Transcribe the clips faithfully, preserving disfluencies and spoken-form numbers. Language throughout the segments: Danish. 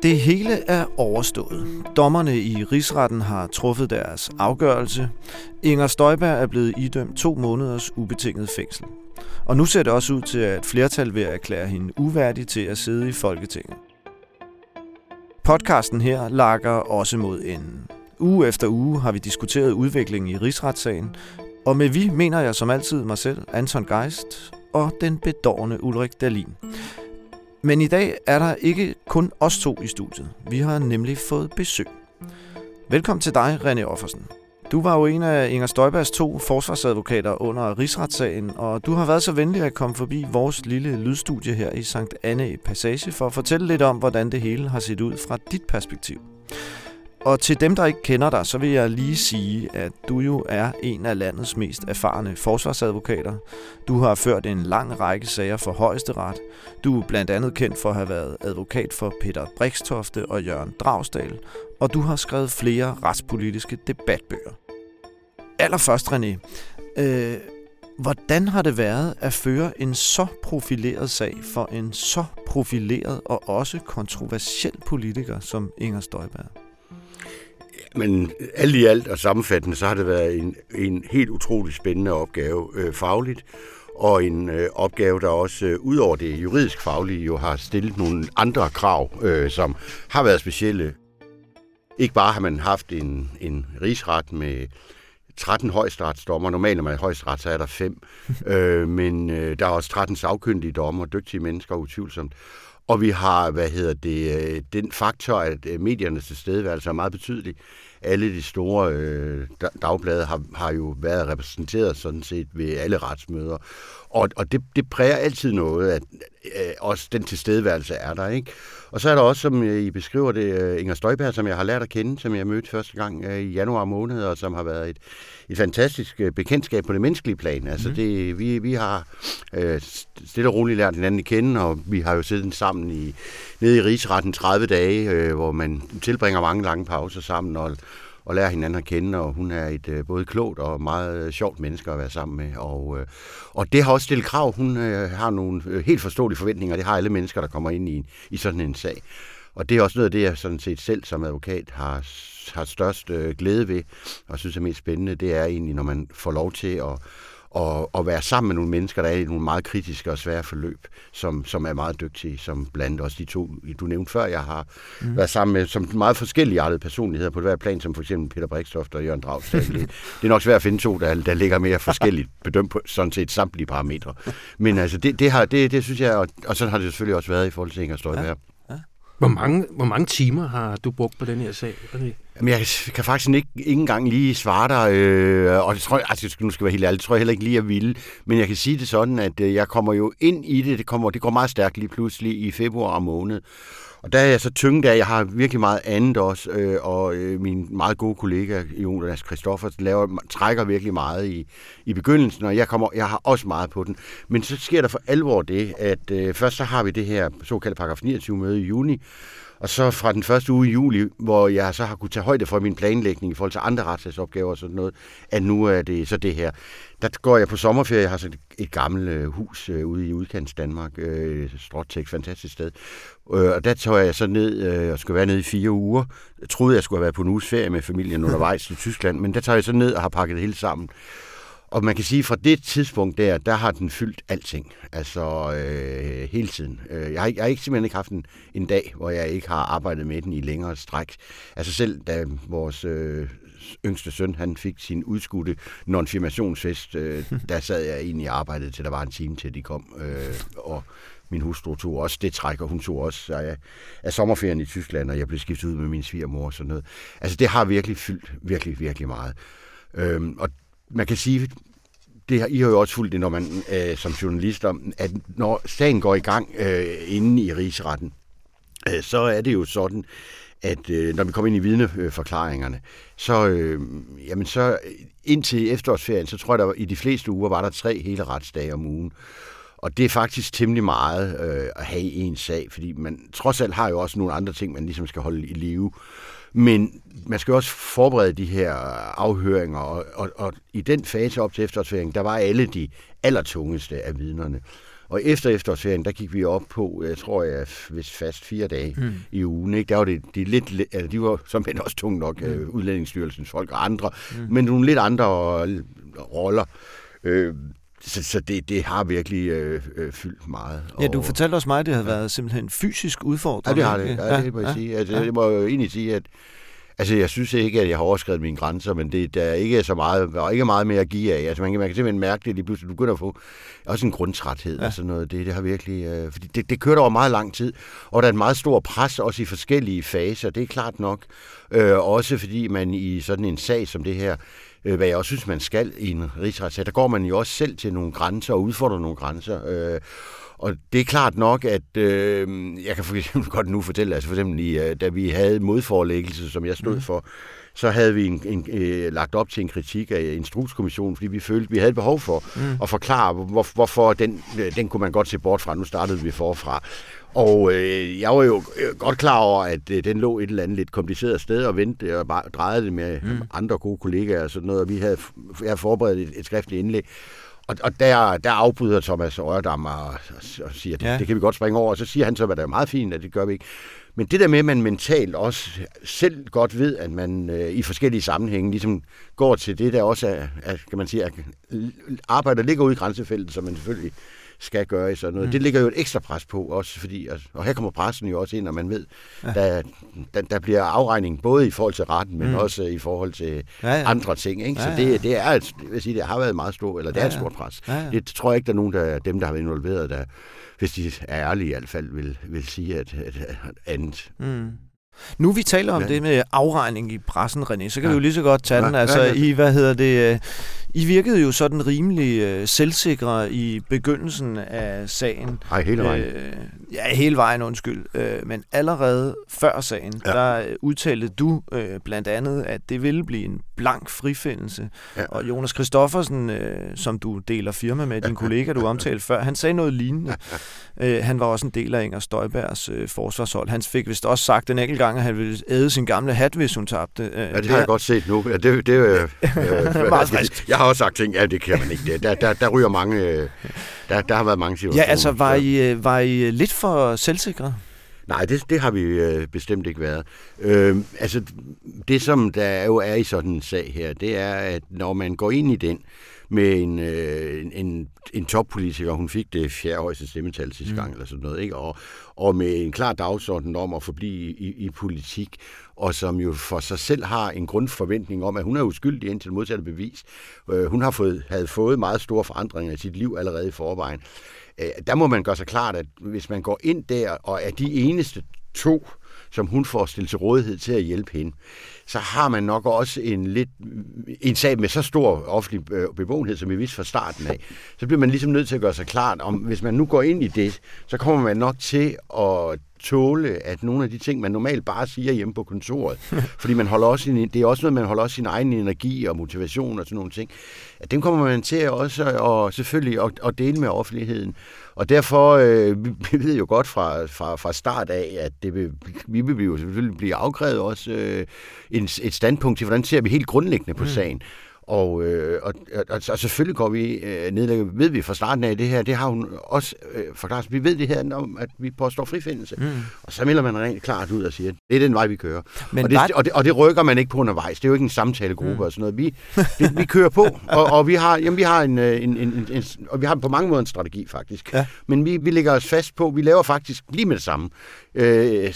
Det hele er overstået. Dommerne i Rigsretten har truffet deres afgørelse. Inger Støjberg er blevet idømt to måneders ubetinget fængsel. Og nu ser det også ud til, at et flertal vil erklære hende uværdig til at sidde i Folketinget. Podcasten her lakker også mod enden. Uge efter uge har vi diskuteret udviklingen i rigsretssagen, og med vi mener jeg som altid mig selv, Anton Geist, og den bedårende Ulrik Dahlin. Men i dag er der ikke kun os to i studiet. Vi har nemlig fået besøg. Velkommen til dig, René Offersen. Du var jo en af Inger Støjbergs to forsvarsadvokater under rigsretssagen, og du har været så venlig at komme forbi vores lille lydstudie her i Sankt Annæ Passage for at fortælle lidt om, hvordan det hele har set ud fra dit perspektiv. Og til dem, der ikke kender dig, så vil jeg lige sige, at du jo er en af landets mest erfarne forsvarsadvokater. Du har ført en lang række sager for Højesteret. Du er blandt andet kendt for at have været advokat for Peter Brixtofte og Jørgen Dragsdahl, og du har skrevet flere retspolitiske debatbøger. Allerførst, René, øh, hvordan har det været at føre en så profileret sag for en så profileret og også kontroversiel politiker som Inger Støjberg? Men alt i alt og sammenfattende, så har det været en, en helt utrolig spændende opgave øh, fagligt, og en øh, opgave, der også øh, ud over det juridisk faglige jo har stillet nogle andre krav, øh, som har været specielle. Ikke bare har man haft en, en rigsret med tretten højesteretsdommer. Normalt, når man er i højesteret, så er der fem. øh, men øh, der er også tretten sagkyndige dommer, dygtige mennesker, utvivlsomt. Og vi har, hvad hedder det, den faktor, at mediernes tilstedeværelse er meget betydelig. Alle de store øh, dagblade har, har jo været repræsenteret sådan set ved alle retsmøder. Og, og det, det præger altid noget, at øh, også den tilstedeværelse er der, ikke? Og så er der også, som I beskriver det, Inger Støjberg, som jeg har lært at kende, som jeg mødte første gang øh, i januar måned, og som har været et, et fantastisk bekendtskab på det menneskelige plan. Altså mm. det, vi, vi har øh, stille og roligt lært hinanden at kende, og vi har jo siddet sammen i, nede i Rigsretten tredive dage, øh, hvor man tilbringer mange lange pauser sammen, og og lærer hinanden at kende, og hun er et øh, både klogt og meget sjovt menneske at være sammen med. Og, øh, og det har også stillet krav. Hun øh, har nogle øh, helt forståelige forventninger, det har alle mennesker, der kommer ind i, i sådan en sag. Og det er også noget af det, jeg sådan set selv som advokat har, har størst øh, glæde ved, og synes er mest spændende, det er egentlig, når man får lov til at Og, og være sammen med nogle mennesker, der er i nogle meget kritiske og svære forløb, som, som er meget dygtige, som blandt også de to, du nævnte før, jeg har mm. været sammen med, som meget forskelligartede personligheder på hver plan, som for eksempel Peter Brixtofte og Jørgen Dragsdahl. Det er nok svært at finde to, der, der ligger mere forskelligt bedømt på sådan set samtlige parametre. Men altså, det, det, har, det, det synes jeg, og, og sådan har det selvfølgelig også været i forhold til Inger Støjberg. Ja. Hvor mange, hvor mange timer har du brugt på den her sag? Jamen, jeg kan faktisk ikke, ikke engang lige svare dig, øh, og det tror jeg, altså, nu skal jeg være helt ærlig, det tror jeg heller ikke lige, jeg ville, men jeg kan sige det sådan, at øh, jeg kommer jo ind i det, det, kommer, det går meget stærkt lige pludselig i februar måned, og der er jeg så tynget af, jeg har virkelig meget andet også, øh, og øh, min meget gode kollega, Jonas Christoffersen, laver, trækker virkelig meget i, i begyndelsen, og jeg, kommer, jeg har også meget på den. Men så sker der for alvor det, at øh, først så har vi det her såkaldte paragraf niogtyve møde i juni, og så fra den første uge i juli, hvor jeg så har kunnet tage højde for min planlægning i forhold til andre retssagsopgaver og sådan noget, at nu er det så det her. Der går jeg på sommerferie, jeg har så et, et gammelt hus øh, ude i udkants Danmark, øh, Stråtæk, fantastisk sted. Øh, og der tager jeg så ned øh, og skulle være nede i fire uger. Jeg troede, jeg skulle have været på en uges ferie med familien undervejs i Tyskland, men der tager jeg så ned og har pakket det hele sammen. Og man kan sige, at fra det tidspunkt der, der har den fyldt alting. Altså øh, hele tiden. Jeg har, jeg har ikke, simpelthen ikke haft en, en dag, hvor jeg ikke har arbejdet med den i længere stræk. Altså selv da vores øh, yngste søn, han fik sin udskudte konfirmationsfest, øh, der sad jeg egentlig og arbejdede til, der var en time til, de kom. Øh, og min hustru tog også det træk, og hun tog også af, af sommerferien i Tyskland, og jeg blev skiftet ud med min svigermor og sådan noget. Altså det har virkelig fyldt virkelig, virkelig meget. Øh, og man kan sige, det har I har jo også fulgt det, når man øh, som journalist, at når sagen går i gang øh, inde i Rigsretten, øh, så er det jo sådan, at øh, når vi kommer ind i vidneforklaringerne, så, øh, jamen så indtil efterårsferien, så tror jeg, der i de fleste uger var der tre hele retsdage om ugen. Og det er faktisk temmelig meget øh, at have i en sag, fordi man trods alt har jo også nogle andre ting, man ligesom skal holde i live. Men man skal også forberede de her afhøringer, og, og, og i den fase op til efterårsferien, der var alle de allertungeste af vidnerne. Og efter efterårsferien, der gik vi op på, jeg tror jeg, vist fast fire dage mm. i ugen. Ikke? Der var det, de, lidt, altså, de var som end også tunge nok, mm. Udlændingsstyrelsens folk og andre, mm. men nogle lidt andre roller. Øh, Så, så det, det har virkelig øh, øh, fyldt meget. Ja, du fortalte også mig, at det havde været simpelthen fysisk udfordrende. Ja, det har det. Ja, ja, det må jeg ja, sige. Altså, ja. Det må jeg jo egentlig sige, at altså, jeg synes ikke, at jeg har overskredet mine grænser, men det, der er ikke så meget, der er ikke meget mere at give af. Altså, man kan, man kan simpelthen mærke det, lige pludselig. Du begynder at få også en grundtræthed ja. og sådan noget. Det, det har virkelig... Øh, fordi det, det kørte over meget lang tid, og der er et meget stor pres, også i forskellige faser. Det er klart nok. Øh, også fordi man i sådan en sag som det her, hvad jeg også synes, man skal i en rigsretssag, der går man jo også selv til nogle grænser og udfordrer nogle grænser. Øh, og det er klart nok, at øh, jeg kan for eksempel godt nu fortælle, altså for eksempel, i, da vi havde modforelæggelse, som jeg stod for, så havde vi en, en, øh, lagt op til en kritik af Instrukskommissionen, fordi vi følte, vi havde et behov for mm. at forklare, hvor, hvorfor den, den kunne man godt se bort fra. Nu startede vi forfra. Og øh, jeg var jo godt klar over, at øh, den lå et eller andet lidt kompliceret sted og ventede og bare drejede det med mm. andre gode kollegaer og sådan noget, og vi havde, jeg havde forberedt et, et skriftligt indlæg. Og, og der, der afbryder Thomas Ørdam og, og, og siger, at ja. det kan vi godt springe over, og så siger han så, at det er meget fint, at det gør vi ikke. Men det der med, at man mentalt også selv godt ved, at man øh, i forskellige sammenhænge ligesom går til det, der også er, er kan man sige, er, arbejder ligger ude i grænsefeltet, som man selvfølgelig skal gøre i sådan noget. Mm. Det ligger jo et ekstra pres på også, fordi, og her kommer pressen jo også ind, og man ved, ja. der, der, der bliver afregning både i forhold til retten, men mm. også i forhold til ja, ja. andre ting. Ikke? Så ja, ja. Det, det er et, jeg vil sige, det har været meget stort, eller det ja, ja. er et stort pres. Ja, ja. Det tror jeg ikke, der er nogen, der dem, der har været involveret, der, hvis de er ærlige i hvert fald, vil, vil sige, at, at, at andet. Mm. Nu vi taler om ja. det med afregning i pressen, René, så kan ja. vi jo lige så godt tage den. Ja, altså, ja, ja. I, hvad hedder det, I virkede jo sådan rimelig uh, selvsikre i begyndelsen af sagen. Nej, hele vejen. Øh, ja, hele vejen, undskyld. Øh, men allerede før sagen, ja. der udtalte du øh, blandt andet, at det ville blive en blank frifindelse. Ja. Og Jonas Christoffersen, øh, som du deler firma med, din kollega, du omtalte før, han sagde noget lignende. Ja. Øh, han var også en del af Inger Støjbergs øh, forsvarshold. Han fik vist også sagt en enkelt gang, at han ville æde sin gamle hat, hvis hun tabte. Øh, ja, det, det har jeg godt set nu. Ja, det, det, øh, øh, meget frisk. Jeg har også sagt ting, ja, det kan man ikke. Der, der, der ryger mange, øh, der, der har været mange situationer. Ja, altså, var I, var I lidt for selvsikre? Nej, det, det har vi øh, bestemt ikke været. Øh, altså, det som der jo er i sådan en sag her, det er, at når man går ind i den med en, øh, en, en toppolitiker, hun fik det fjerde højeste stemmetal sidste gang, mm. eller sådan noget, ikke? Og, og med en klar dagsorden om at forblive i, i politik, og som jo for sig selv har en grundforventning om, at hun er uskyldig indtil modsatte bevis. Øh, hun har fået, havde fået meget store forandringer i sit liv allerede i forvejen. Øh, der må man gøre sig klart, at hvis man går ind der, og er de eneste to, som hun får stillet til rådighed til at hjælpe hende, så har man nok også en lidt en sag med så stor offentlig bevågenhed, som vi vidste fra starten af. Så bliver man ligesom nødt til at gøre sig klart, om hvis man nu går ind i det, så kommer man nok til at tåle, at nogle af de ting, man normalt bare siger hjemme på kontoret, fordi man holder også sin, det er også noget, man holder også sin egen energi og motivation og sådan nogle ting, at dem kommer man til også og selvfølgelig at, at dele med offentligheden. Og derfor, øh, vi ved jo godt fra, fra, fra start af, at det vil, vi vil jo selvfølgelig blive afkrævet også øh, et, et standpunkt til, hvordan ser vi helt grundlæggende på mm. sagen. Og, øh, og, og, og selvfølgelig går vi øh, nedlægge, ved vi fra starten af det her, det har hun også øh, forklaret, vi ved det her om, at vi påstår frifindelse. Mm. Og så melder man rent klart ud og siger, at det er den vej, vi kører. Men og, det, og, det, og det rykker man ikke på undervejs. Det er jo ikke en samtalegruppe mm. og sådan noget. Vi, det, vi kører på, og, og vi har, jamen, vi har en, en, en, en, en, og vi har på mange måder en strategi faktisk. Ja. Men vi, vi lægger os fast på, vi laver faktisk lige med det samme. Øh,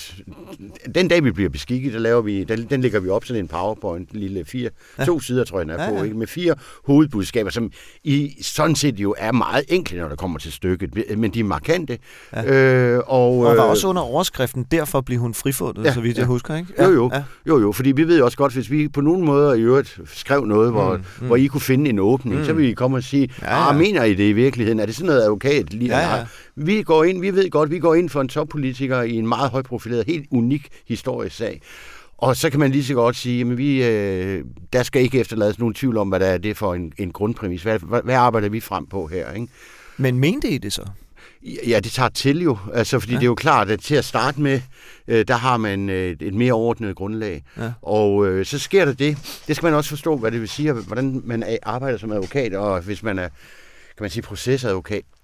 den dag vi bliver beskikket, der laver vi, den, den lægger vi op sådan en PowerPoint, en lille fire, ja. to sider tror jeg, den er på. Ja. Ikke? Med fire hovedbudskaber, som i sådan set jo er meget enkle, når det kommer til stykket, men de er markante. Ja. Øh, og, og var også under overskriften, derfor blev hun frifundet, ja, så vidt jeg ja. husker, ikke? Ja. Jo, jo, ja. jo, jo, fordi vi ved også godt, hvis vi på nogen måder i øvrigt skrev noget, hvor, mm, mm. hvor I kunne finde en åbning, mm. så vil I komme og sige, ja, ja. ah, mener I det i virkeligheden? Er det sådan noget advokat? Lige ja, ja. Vi går ind, vi ved godt, vi går ind for en toppolitiker i en meget højprofileret, helt unik historisk sag. Og så kan man lige så godt sige, at vi, øh, der skal ikke efterlades nogen tvivl om, hvad der er det for en, en grundpræmis. Hvad, hvad, hvad arbejder vi frem på her? Ikke? Men mente I det så? Ja, det tager til jo. Altså, fordi ja. det er jo klart, at til at starte med, øh, der har man øh, et mere ordnet grundlag. Ja. Og øh, så sker der det. Det skal man også forstå, hvad det vil sige, hvordan man arbejder som advokat, og hvis man er, kan man sige, procesadvokat.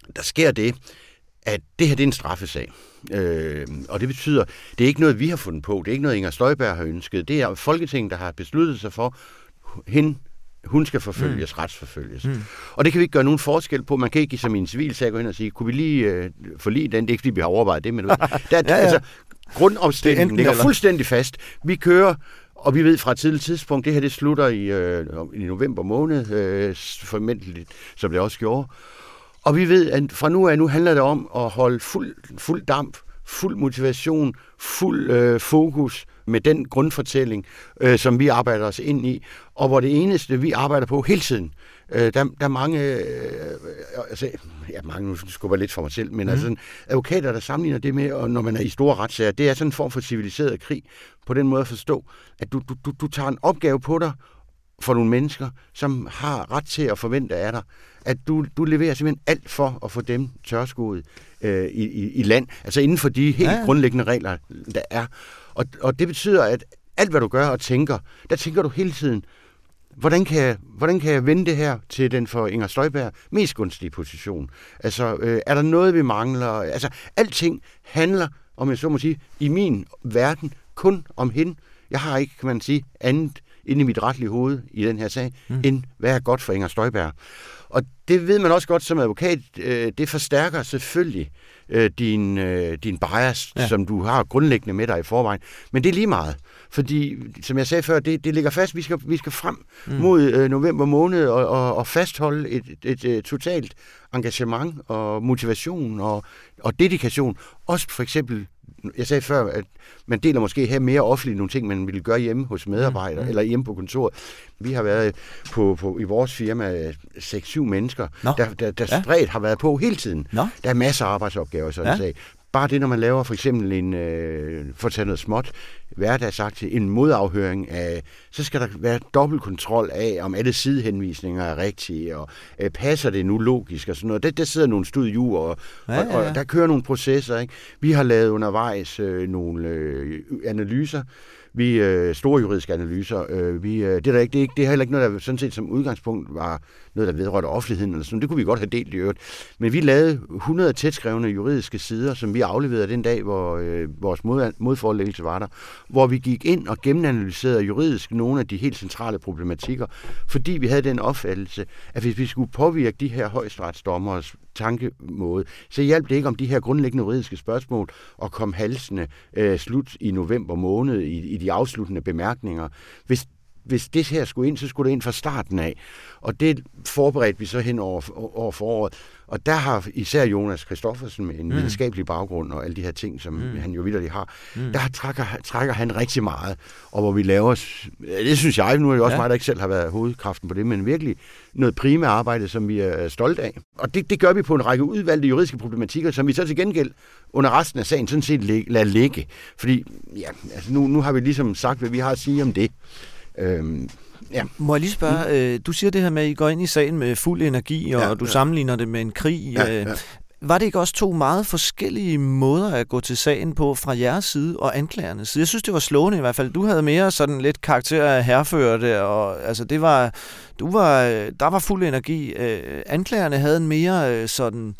der sker det, at det her det er en straffesag. Øh, og det betyder, det er ikke noget, vi har fundet på. Det er ikke noget, Inger Støjberg har ønsket. Det er Folketinget, der har besluttet sig for, hende, hun skal forfølges, mm. retsforfølges. Mm. Og det kan vi ikke gøre nogen forskel på. Man kan ikke som i en civilsag gå hen og sige, kunne vi lige øh, forlige den? Det er ikke, fordi vi har overvejet det, men der, ja, ja. Altså, grundopstillingen ligger fuldstændig fast. Vi kører, og vi ved fra et tidligt tidspunkt, det her det slutter i, øh, i november måned, øh, forventeligt, som det også gjorde. Og vi ved, at fra nu af nu handler det om at holde fuld, fuld damp, fuld motivation, fuld øh, fokus med den grundfortælling, øh, som vi arbejder os ind i, og hvor det eneste, vi arbejder på hele tiden, øh, der, der er mange, øh, altså, ja, mange, nu skubber lidt for mig selv, men mm. altså advokater, der sammenligner det med, og når man er i store retssager, det er sådan en form for civiliseret krig, på den måde at forstå, at du, du, du, du tager en opgave på dig, for nogle mennesker, som har ret til at forvente af dig, at du, du leverer simpelthen alt for at få dem tørskuet øh, i, i, i land, altså inden for de helt ja, ja. grundlæggende regler, der er. Og, og det betyder, at alt, hvad du gør og tænker, der tænker du hele tiden, hvordan kan jeg, hvordan kan jeg vende det her til den for Inger Støjberg mest gunstige position? Altså, øh, er der noget, vi mangler? Altså, alting handler, om jeg så må sige, i min verden, kun om hende. Jeg har ikke, kan man sige, andet inde i mit retlige hoved i den her sag, mm. end hvad er godt for Inger Støjberg. Og det ved man også godt som advokat, øh, det forstærker selvfølgelig øh, din, øh, din bias, ja. som du har grundlæggende med dig i forvejen. Men det er lige meget, fordi, som jeg sagde før, det, det ligger fast, vi skal, vi skal frem mm. mod øh, november måned og, og, og fastholde et, et, et totalt engagement og motivation og, og dedikation. Også for eksempel, jeg sagde før, at man deler måske her mere offentligt nogle ting, man ville gøre hjemme hos medarbejdere, mm. eller hjemme på kontoret. Vi har været på, på, i vores firma seks syv mennesker, no. der, der, der ja. spredt har været på hele tiden. No. Der er masser af arbejdsopgaver, sådan ja. sag. Bare det, når man laver for eksempel en, øh, for at tage noget småt, hverdagsagtigt, en modafhøring af, så skal der være dobbeltkontrol af, om alle sidehenvisninger er rigtige, og øh, passer det nu logisk og sådan noget. Der, der sidder nogle studier, og, ja, ja, ja. og, og der kører nogle processer. Ikke? Vi har lavet undervejs øh, nogle øh, analyser, vi øh, store juridiske analyser. Øh, vi, øh, det, er der ikke, det, er ikke, det er heller ikke noget, der sådan set som udgangspunkt var noget, der vedrørte offentligheden eller sådan. Det kunne vi godt have delt i øvrigt. Men vi lavede hundrede tætskrevne juridiske sider, som vi afleverede den dag, hvor øh, vores mod, modforelæggelse var der, hvor vi gik ind og gennemanalyserede juridisk nogle af de helt centrale problematikker, fordi vi havde den opfattelse, at hvis vi skulle påvirke de her højesteretsdommers tankemåde, så hjalp det ikke om de her grundlæggende juridiske spørgsmål og kom halsende øh, slut i november måned i, i de afsluttende bemærkninger. Hvis Hvis det her skulle ind, så skulle det ind fra starten af. Og det forberedte vi så hen over, over foråret. Og der har især Jonas Christoffersen med en mm. videnskabelig baggrund og alle de her ting, som mm. han jo vitterligt har, mm. der trækker, trækker han rigtig meget. Og hvor vi laver, det synes jeg, nu er det også ja. mig, der ikke selv har været hovedkraften på det, men virkelig noget primært arbejde, som vi er stolte af. Og det, det gør vi på en række udvalgte juridiske problematikker, som vi så til gengæld under resten af sagen sådan set lader ligge. Fordi ja, altså nu, nu har vi ligesom sagt, hvad vi har at sige om det. Øhm, ja. Må jeg lige spørge, mm. øh, du siger det her med, at I går ind i sagen med fuld energi, og ja, du ja. sammenligner det med en krig. Ja, ja. Var det ikke også to meget forskellige måder at gå til sagen på fra jeres side og anklagernes side? Jeg synes, det var slående i hvert fald. Du havde mere sådan lidt karakter af herrefører der, og altså det var, du var, der var fuld energi. Øh, anklagerne havde en mere øh, sådan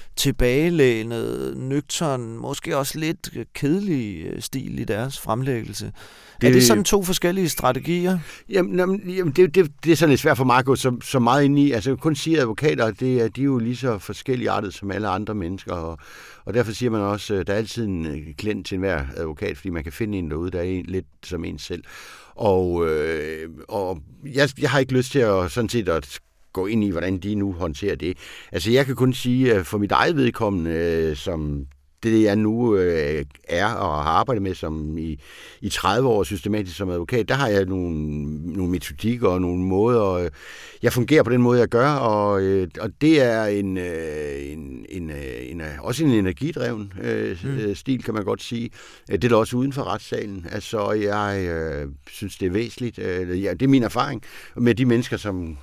tilbagelænet, nøgtern, måske også lidt kedelig stil i deres fremlæggelse. Det, er det sådan to forskellige strategier? Jamen, jamen det, det, det er sådan lidt svært for mig at gå så, så meget ind i. Altså, jeg kan kun sige, at advokater, det er, de er jo lige så forskelligartet som alle andre mennesker, og, og derfor siger man også, at der er altid en klient til enhver advokat, fordi man kan finde en derude, der er en, lidt som en selv. Og, øh, og jeg, jeg har ikke lyst til at sådan set at gå ind i, hvordan de nu håndterer det. Altså, jeg kan kun sige, at for mit eget vedkommende, øh, som det jeg nu øh, er og har arbejdet med som i, i tredive år systematisk som advokat, der har jeg nogle, nogle metodikker og nogle måder, øh, jeg fungerer på den måde, jeg gør, og, øh, og det er en, øh, en, en, en, også en energidreven øh, mm. stil, kan man godt sige. Det er da også uden for retssalen. Altså, jeg øh, synes, det er væsentligt. Øh, ja, det er min erfaring med de mennesker, som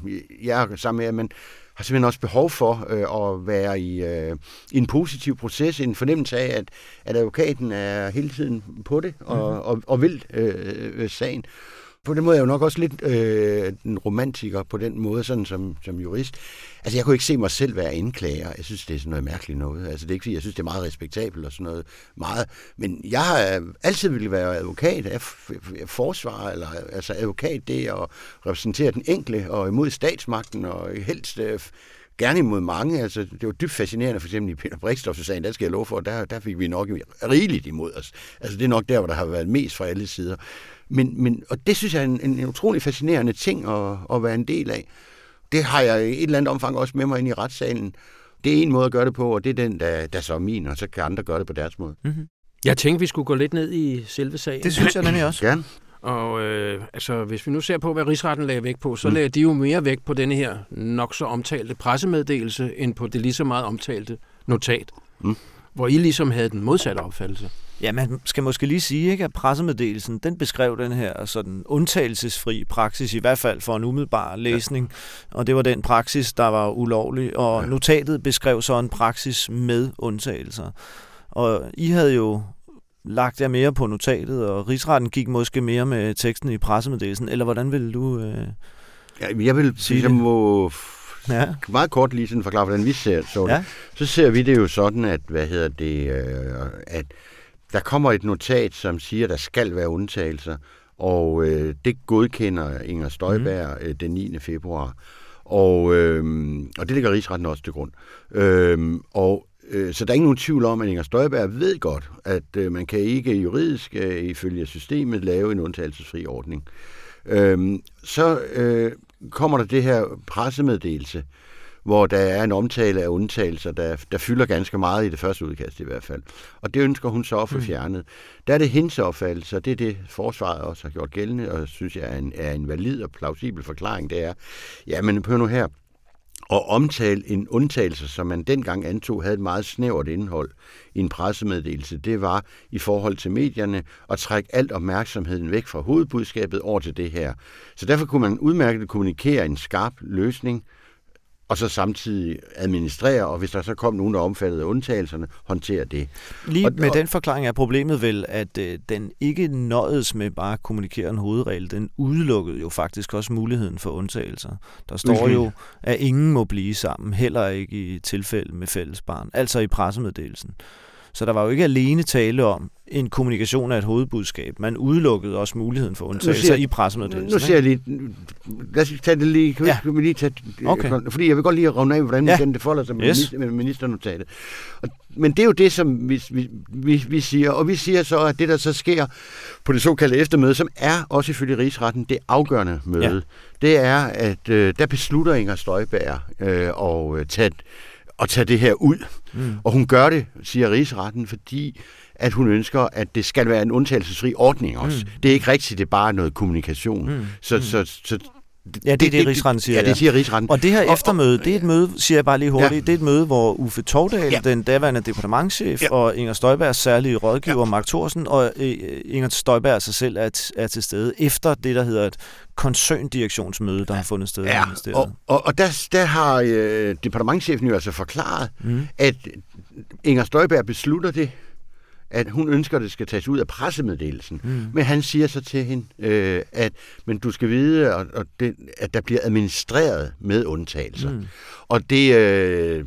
jeg er sammen med, men har simpelthen også behov for øh, at være i, øh, i en positiv proces, en fornemmelse af, at, at advokaten er hele tiden på det og, mm-hmm. og, og vil øh, sagen. på den måde er jeg jo nok også lidt øh, en romantiker på den måde, sådan som, som jurist. Altså, jeg kunne ikke se mig selv være indklager. Jeg synes, det er sådan noget mærkeligt noget. Altså, det er ikke fordi, jeg synes, det er meget respektabelt og sådan noget meget. Men jeg har altid ville være advokat af forsvar, eller altså advokat, det er at repræsentere den enkelte og imod statsmagten, og helst øh, gerne imod mange. Altså, det var dybt fascinerende, for eksempel i Peter Brixtoffe-sagen, der skal jeg love for, der, der fik vi nok rigeligt imod os. Altså, det er nok der, hvor der har været mest fra alle sider. Men, men, og det synes jeg er en, en utrolig fascinerende ting at, at være en del af. Det har jeg i et eller andet omfang også med mig ind i retssalen. Det er en måde at gøre det på, og det er den, der, der så er min, og så kan andre gøre det på deres måde. Mm-hmm. Jeg tænkte, vi skulle gå lidt ned i selve sagen. Det synes jeg nemlig også. Gerne. Og øh, altså, hvis vi nu ser på, hvad Rigsretten lagde vægt på, så mm. lagde de jo mere vægt på denne her nok så omtalte pressemeddelelse, end på det lige så meget omtalte notat, mm. hvor I ligesom havde den modsatte opfattelse. Ja, man skal måske lige sige, ikke, at pressemeddelelsen, den beskrev den her sådan undtagelsesfri praksis, i hvert fald for en umiddelbar læsning, ja. Og det var den praksis, der var ulovlig, og ja. Notatet beskrev så en praksis med undtagelser. Og I havde jo lagt jer mere på notatet, og Rigsretten gik måske mere med teksten i pressemeddelelsen, eller hvordan ville du øh, ja, jeg vil sige jeg må ja. meget kort lige sådan forklare, hvordan vi ser så ja. Så ser vi det jo sådan, at, hvad hedder det, øh, at der kommer et notat, som siger, at der skal være undtagelser, og øh, det godkender Inger Støjberg mm. øh, den niende februar. Og, øh, og det ligger Rigsretten også til grund. Øh, og øh, så der er ikke nogen tvivl om, at Inger Støjberg ved godt, at øh, man kan ikke juridisk øh, ifølge systemet lave en undtagelsesfri ordning. Øh, så øh, kommer der det her pressemeddelelse, hvor der er en omtale af undtagelser, der, der fylder ganske meget i det første udkast i hvert fald. Og det ønsker hun så at få fjernet. Mm. Der er det hendes opfattelse, og det er det, forsvaret også har gjort gældende, og synes jeg er en, er en valid og plausibel forklaring, det er, ja, men på nu her, at omtale en undtagelse, som man dengang antog, havde et meget snævert indhold i en pressemeddelelse, det var i forhold til medierne at trække alt opmærksomheden væk fra hovedbudskabet over til det her. Så derfor kunne man udmærket kommunikere en skarp løsning, og så samtidig administrere, og hvis der så kom nogen, der omfattede undtagelserne, håndtere det. Lige og, med og, den forklaring er problemet vel, at øh, den ikke nøjedes med bare at kommunikere en hovedregel. Den udelukkede jo faktisk også muligheden for undtagelser. Der står okay. jo, at ingen må blive sammen, heller ikke i tilfælde med fælles barn, altså i pressemeddelelsen. Så der var jo ikke alene tale om en kommunikation af et hovedbudskab. Man udelukkede også muligheden for undtagelser i pressemeddelelsen. Nu siger jeg lige, lad os tage det lige, ja. lige tage, okay. fordi jeg vil godt lige runde af, hvordan ja. det forholder sig med, yes. minister, med ministernotatet. Og, men det er jo det, som vi, vi, vi, vi siger, og vi siger så, at det, der så sker på det såkaldte eftermøde, som er også ifølge Rigsretten det afgørende møde, ja. det er, at øh, der beslutter Inger Støjberg øh, og tage at tage det her ud. Mm. Og hun gør det, siger Rigsretten, fordi at hun ønsker, at det skal være en undtagelsesfri ordning også. Mm. Det er ikke rigtigt, det er bare noget kommunikation. Mm. Så, mm. så, så Ja, det er det, det Rigsretten siger. Ja, det siger Rigsretten. Og det her eftermøde, det er et møde, siger jeg bare lige hurtigt, ja. det er et møde, hvor Uffe Tovdal, ja. den daværende departementschef, ja. og Inger Støjbergs særlige rådgiver, ja. Mark Thorsen, og Inger Støjberg sig selv er, er til stede efter det, der hedder et koncerndirektionsmøde, der har fundet sted. Ja, og, og, og der, der har øh, departementschefen jo altså forklaret, mm. at Inger Støjberg beslutter det, at hun ønsker, at det skal tages ud af pressemeddelelsen. Mm. Men han siger så til hende, øh, at men du skal vide, at, at, det, at der bliver administreret med undtagelser. Mm. Og det øh,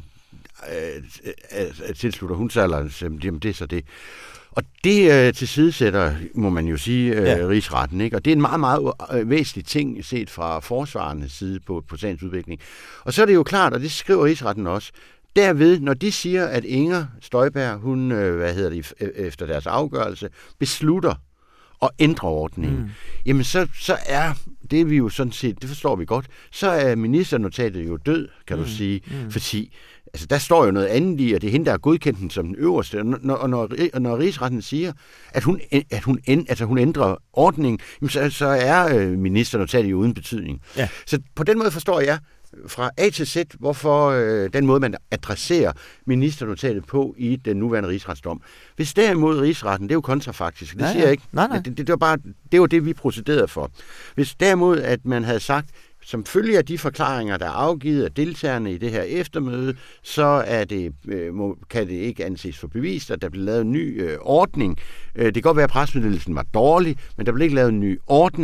øh, tilslutter hun sig, eller jamen, det er så det. Og det øh, tilsidesætter, må man jo sige, øh, ja. Rigsretten, ikke? Og det er en meget, meget øh, væsentlig ting set fra forsvarernes side på, på sagens udvikling. Og så er det jo klart, og det skriver Rigsretten også, derved, når de siger, at Inger Støjberg, hun, øh, hvad hedder det, efter deres afgørelse, beslutter at ændre ordningen, mm. jamen så, så er det vi jo sådan set, det forstår vi godt, så er ministernotatet jo død, kan mm. du sige, mm. fordi altså, der står jo noget andet i, at det er hende, der har godkendt den som den øverste, og når, og når, når Rigsretten siger, at hun, at hun, altså, hun ændrer ordningen, jamen så, så er øh, ministernotatet jo uden betydning. Ja. Så på den måde forstår jeg, fra A til Z, hvorfor øh, den måde, man adresserer ministernotatet på i den nuværende rigsretsdom. Hvis derimod rigsretten, det er jo kontrafaktisk, det ja, siger jeg ikke. Nej, nej. Det, det, det, var bare, det var det, vi procederede for. Hvis derimod, at man havde sagt, som følge af de forklaringer, der er afgivet af deltagerne i det her eftermøde, så er det, øh, må, kan det ikke anses for bevist, at der blev lavet en ny øh, ordning. Øh, det kan godt være, at pressemeddelelsen var dårlig, men der blev ikke lavet en ny ordning,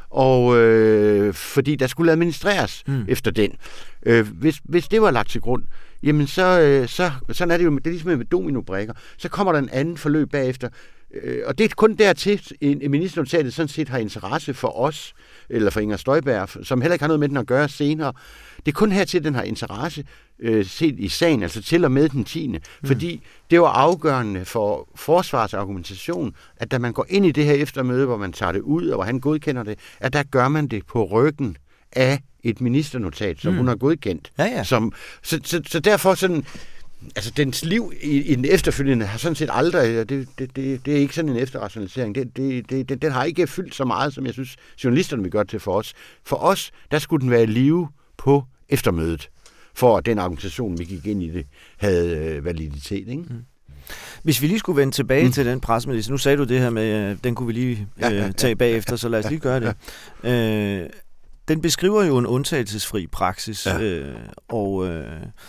og øh, fordi der skulle administreres mm. efter den. Øh, hvis, hvis det var lagt til grund, jamen så, øh, så sådan er det jo, det er ligesom med dominobrikker, så kommer der en anden forløb bagefter, øh, og det er kun dertil, en ministernotatet sådan set har interesse for os, eller for Inger Støjberg, som heller ikke har noget med den at gøre senere. Det er kun hertil, den har interesse øh, set i sagen, altså til og med den tiende Mm. Fordi det var afgørende for forsvarets argumentation, at da man går ind i det her eftermøde, hvor man tager det ud, og hvor han godkender det, at der gør man det på ryggen af et ministernotat, som mm. hun har godkendt. Ja, ja. Som, så, så, så derfor sådan... Altså, dens liv i, i den efterfølgende har sådan set aldrig, det, det, det, det er ikke sådan en efterrationalisering, det, det, det, det, den har ikke fyldt så meget, som jeg synes, journalisterne vil gøre til for os. For os, der skulle den være i live på eftermødet, for at den argumentation, vi gik ind i det, havde øh, validitet, ikke? Mm. Hvis vi lige skulle vende tilbage mm. til den pressemeddelelse, nu sagde du det her med, den kunne vi lige øh, ja, ja, tage bagefter, så lad os lige gøre det. Ja. Øh, den beskriver jo en undtagelsesfri praksis, ja. øh, og... Øh,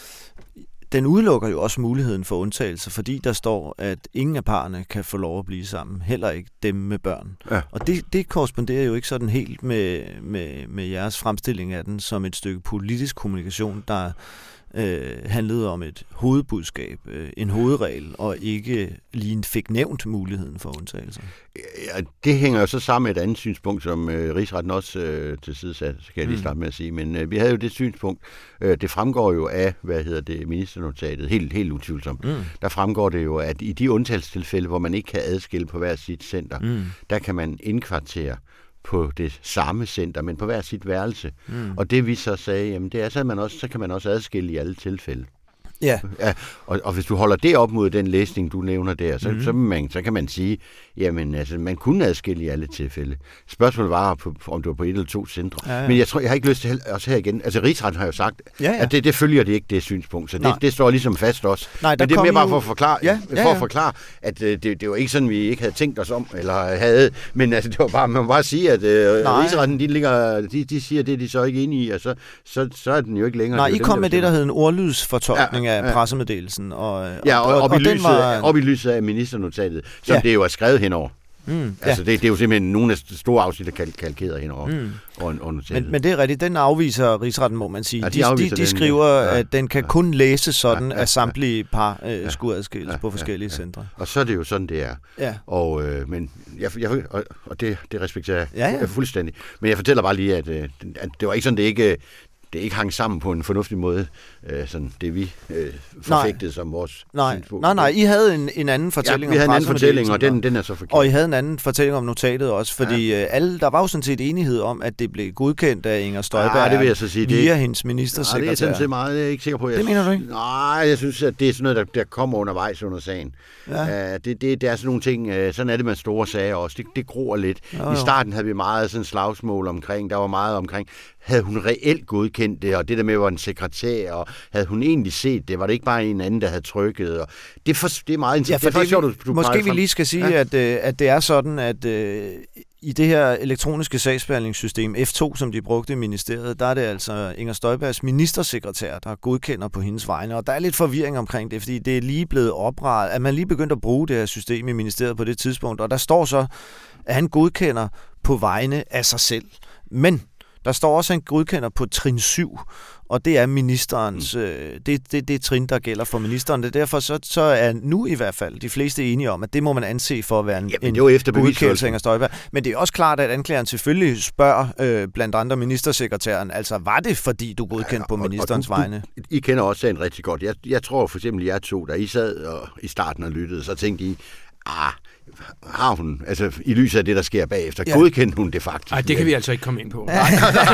den udelukker jo også muligheden for undtagelse, fordi der står, at ingen af parerne kan få lov at blive sammen, heller ikke dem med børn. Ja. Og det, det korresponderer jo ikke sådan helt med, med, med jeres fremstilling af den som et stykke politisk kommunikation, der øh, handlede om et hovedbudskab, øh, en hovedregel, og ikke lige fik nævnt muligheden for undtagelse. Ja, det hænger jo så sammen med et andet synspunkt, som øh, Rigsretten også øh, tilsidesatte, så kan jeg lige starte med at sige. Men øh, vi havde jo det synspunkt, øh, det fremgår jo af, hvad hedder det, ministernotatet, helt, helt utvivlsomt. Mm. Der fremgår det jo, at i de undtagelsestilfælde, hvor man ikke kan adskille på hver sit center, mm. der kan man indkvartere på det samme center, men på hver sit værelse. Mm. Og det vi så sagde, jamen det er så, at man også, så kan man også adskille i alle tilfælde. Ja. Ja, og, og hvis du holder det op mod den læsning, du nævner der, så, mm. så, man, så kan man sige, jamen altså, man kunne adskille i alle tilfælde. Spørgsmålet var, på, om du var på et eller to centre. Ja, ja. Men jeg tror, jeg har ikke lyst til også her igen. Altså, Rigsretten har jo sagt, ja, ja. at det, det følger det ikke, det synspunkt. Så det, det står ligesom fast også. Nej, men det er mere bare for at forklare, ja, ja, ja. for at forklare at uh, det, det var ikke sådan, vi ikke havde tænkt os om, eller havde, men altså, det var bare, man må bare sige, at uh, Rigsretten, de, ligger, de, de siger det, de så ikke inde i, og så, så, så er den jo ikke længere. Nej, I dem, kom der med det, der hed en ordlydsfortolkning ja, af ja. pressemeddelelsen. Og, ja, og, og, og, og, og, lyset, var... op i lyset af ministernotatet, som ja. det jo er skrevet henover. Mm, altså, ja. det, det er jo simpelthen nogle af store afsnit, der kalk- kalkeret henover. Mm. Og, og men, men det er rigtigt, den afviser Rigsretten, må man sige. Ja, de, de, de, de skriver, ja. at den kan ja. kun læses sådan, ja, ja, at samtlige par øh, ja. skulle adskilles ja. på forskellige ja. Ja. centre. Og så er det jo sådan, det er. Ja. Og, øh, men jeg, jeg, og, og det, det respekterer jeg ja, ja. fuldstændig. Men jeg fortæller bare lige, at, øh, at det var ikke sådan, det ikke... det ikke hang sammen på en fornuftig måde, øh, sådan det vi øh, forfægtede nej. som vores nej. synspunkt. Nej, nej, I havde en, en anden fortælling ja, vi havde om en anden fortælling, og den, den er så forkert. Og I havde en anden fortælling om notatet også, fordi ja. alle, der var jo sådan set enighed om, at det blev godkendt af Inger Støjberg ja, det vil jeg så sige, via det, hendes ministersekretær. Nej, det er sådan set meget, jeg er ikke sikker på. Jeg det mener du ikke? Nej, jeg synes, at det er sådan noget, der, der kommer undervejs under sagen. Ja. Uh, det, det, det er sådan nogle ting, uh, sådan er det med store sager også. Det, det gror lidt. Jo, jo. I starten havde vi meget sådan slagsmål omkring, der var meget omkring, havde hun reelt godkendt det, og det der med, var en sekretær, og havde hun egentlig set det, var det ikke bare en anden, der havde trykket, og det, for, det er meget interessant. Ja, for det er faktisk, vi, du måske vi lige skal sige, ja. at, at det er sådan, at øh, i det her elektroniske sagsbehandlingssystem, F to, som de brugte i ministeriet, der er det altså Inger Støjbergs ministersekretær, der godkender på hendes vegne, og der er lidt forvirring omkring det, fordi det er lige blevet oprettet, at man lige begyndt at bruge det her system i ministeriet på det tidspunkt, og der står så, at han godkender på vegne af sig selv. Men der står også, at han godkender på trin syv, og det er ministerens, mm. øh, det, det, det er trin, der gælder for ministeren. Det derfor så, så er nu i hvert fald de fleste enige om, at det må man anse for at være en, en godkendelse af Støjberg. Men det er også klart, at anklageren selvfølgelig spørger øh, blandt andre ministersekretæren, altså var det fordi du godkendte ja, på ministerens og, og du, vegne? Du, I kender også sagen rigtig godt. Jeg, jeg tror for eksempel, jeg to, da I sad og, i starten og lyttede, så tænkte I, ah, har hun, altså i lyset af det, der sker bagefter, ja. godkendte hun det faktisk? Nej, det kan vi altså ikke komme ind på. Nej,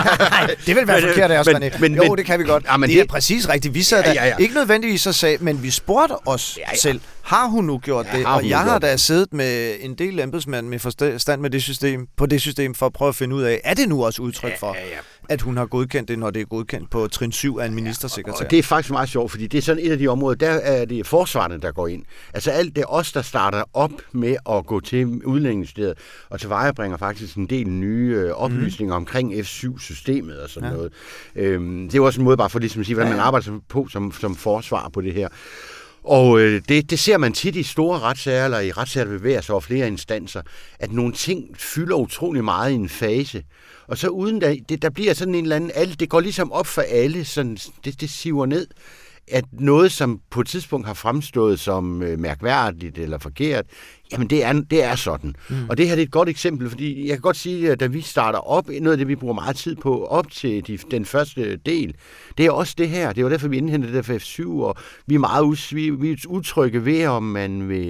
det vil være men, forkert af os, men, men, Jo, men, det kan vi godt. Ja, men det, det er præcis rigtigt. Vi sad ja, ja, ja. der, ikke nødvendigvis så sagde, men vi spurgte os ja, ja. selv, har hun nu gjort ja, det? Og jeg har da siddet med en del embedsmænd med forstand med det system, på det system, for at prøve at finde ud af, er det nu også udtryk for, ja, ja, ja. at hun har godkendt det, når det er godkendt på trin syv af en ministersekretær? Ja, og det er faktisk meget sjovt, fordi det er sådan et af de områder, der er det forsvarerne, der går ind. Altså alt det er os, der starter op med at gå til Udlændingeministeriet og tilvejebringer faktisk en del nye øh, oplysninger mm. omkring F syv-systemet og sådan ja. noget. Øhm, det er jo også en måde bare for ligesom at sige, hvordan man arbejder på som, som forsvar på det her. Og øh, det, det ser man tit i store retssager, eller i retssager, der bevæger sig over flere instanser, at nogle ting fylder utrolig meget i en fase. Og så uden der, det, der bliver sådan en eller anden, alle, det går ligesom op for alle, sådan, det, det siver ned, at noget, som på et tidspunkt har fremstået som øh, mærkværdigt eller forkert, jamen det er, det er sådan. Mm. Og det her det er et godt eksempel, fordi jeg kan godt sige, at da vi starter op, noget af det, vi bruger meget tid på, op til de, den første del, det er også det her. Det var derfor, vi indhentede det der F F syv, og vi er meget us, vi, vi er utrygge ved, om man vil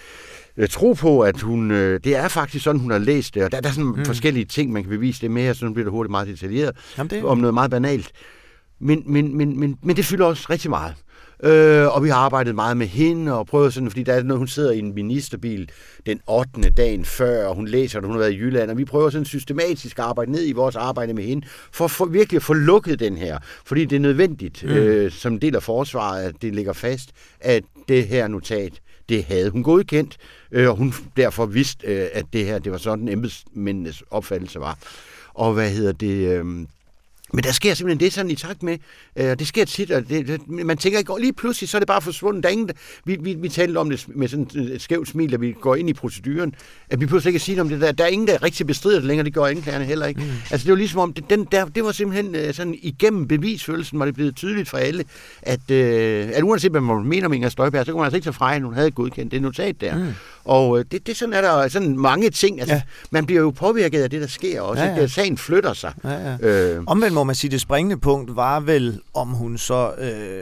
øh, tro på, at hun, øh, det er faktisk sådan, hun har læst det, og der, der er sådan mm. forskellige ting, man kan bevise det med, og så bliver det hurtigt meget detaljeret, jamen, det... om noget meget banalt. Men, men, men, men, men det fylder også rigtig meget. Øh, og vi har arbejdet meget med hende og prøvet sådan, fordi der er noget, hun sidder i en ministerbil den ottende dagen før, og hun læser, at hun har været i Jylland, og vi prøver sådan systematisk at arbejde ned i vores arbejde med hende, for, for virkelig at få lukket den her. Fordi det er nødvendigt, mm. øh, som en del af forsvaret, at det ligger fast, at det her notat, det havde hun godkendt, øh, og hun derfor vidste, øh, at det her, det var sådan, embedsmændenes opfattelse var. Og hvad hedder det... Øh, Men der sker simpelthen det sådan i takt med, og øh, det sker tit, og det, det, man tænker ikke, lige pludselig, så er det bare forsvundet. Der er ingen, der, vi, vi, vi talte om det med sådan et skævt smil, da vi går ind i proceduren, at vi pludselig ikke kan sige om det der. Der er ingen, der rigtig bestrider det længere, det gør anklagerne heller ikke. Mm. Altså det var ligesom om, det, den, der, det var simpelthen sådan igennem bevisfølelsen, var det blevet tydeligt for alle, at, øh, at uanset hvad man mener om Inger Støjberg, så kunne man altså ikke tage fra, at hun havde godkendt det notat der. Mm. Og det, det sådan er der sådan mange ting. Altså, ja. Man bliver jo påvirket af det, der sker også. Ja, ja. Det, sagen flytter sig. Ja, ja. Øh. Omvendt må man sige, det springende punkt var vel, om hun så... Øh,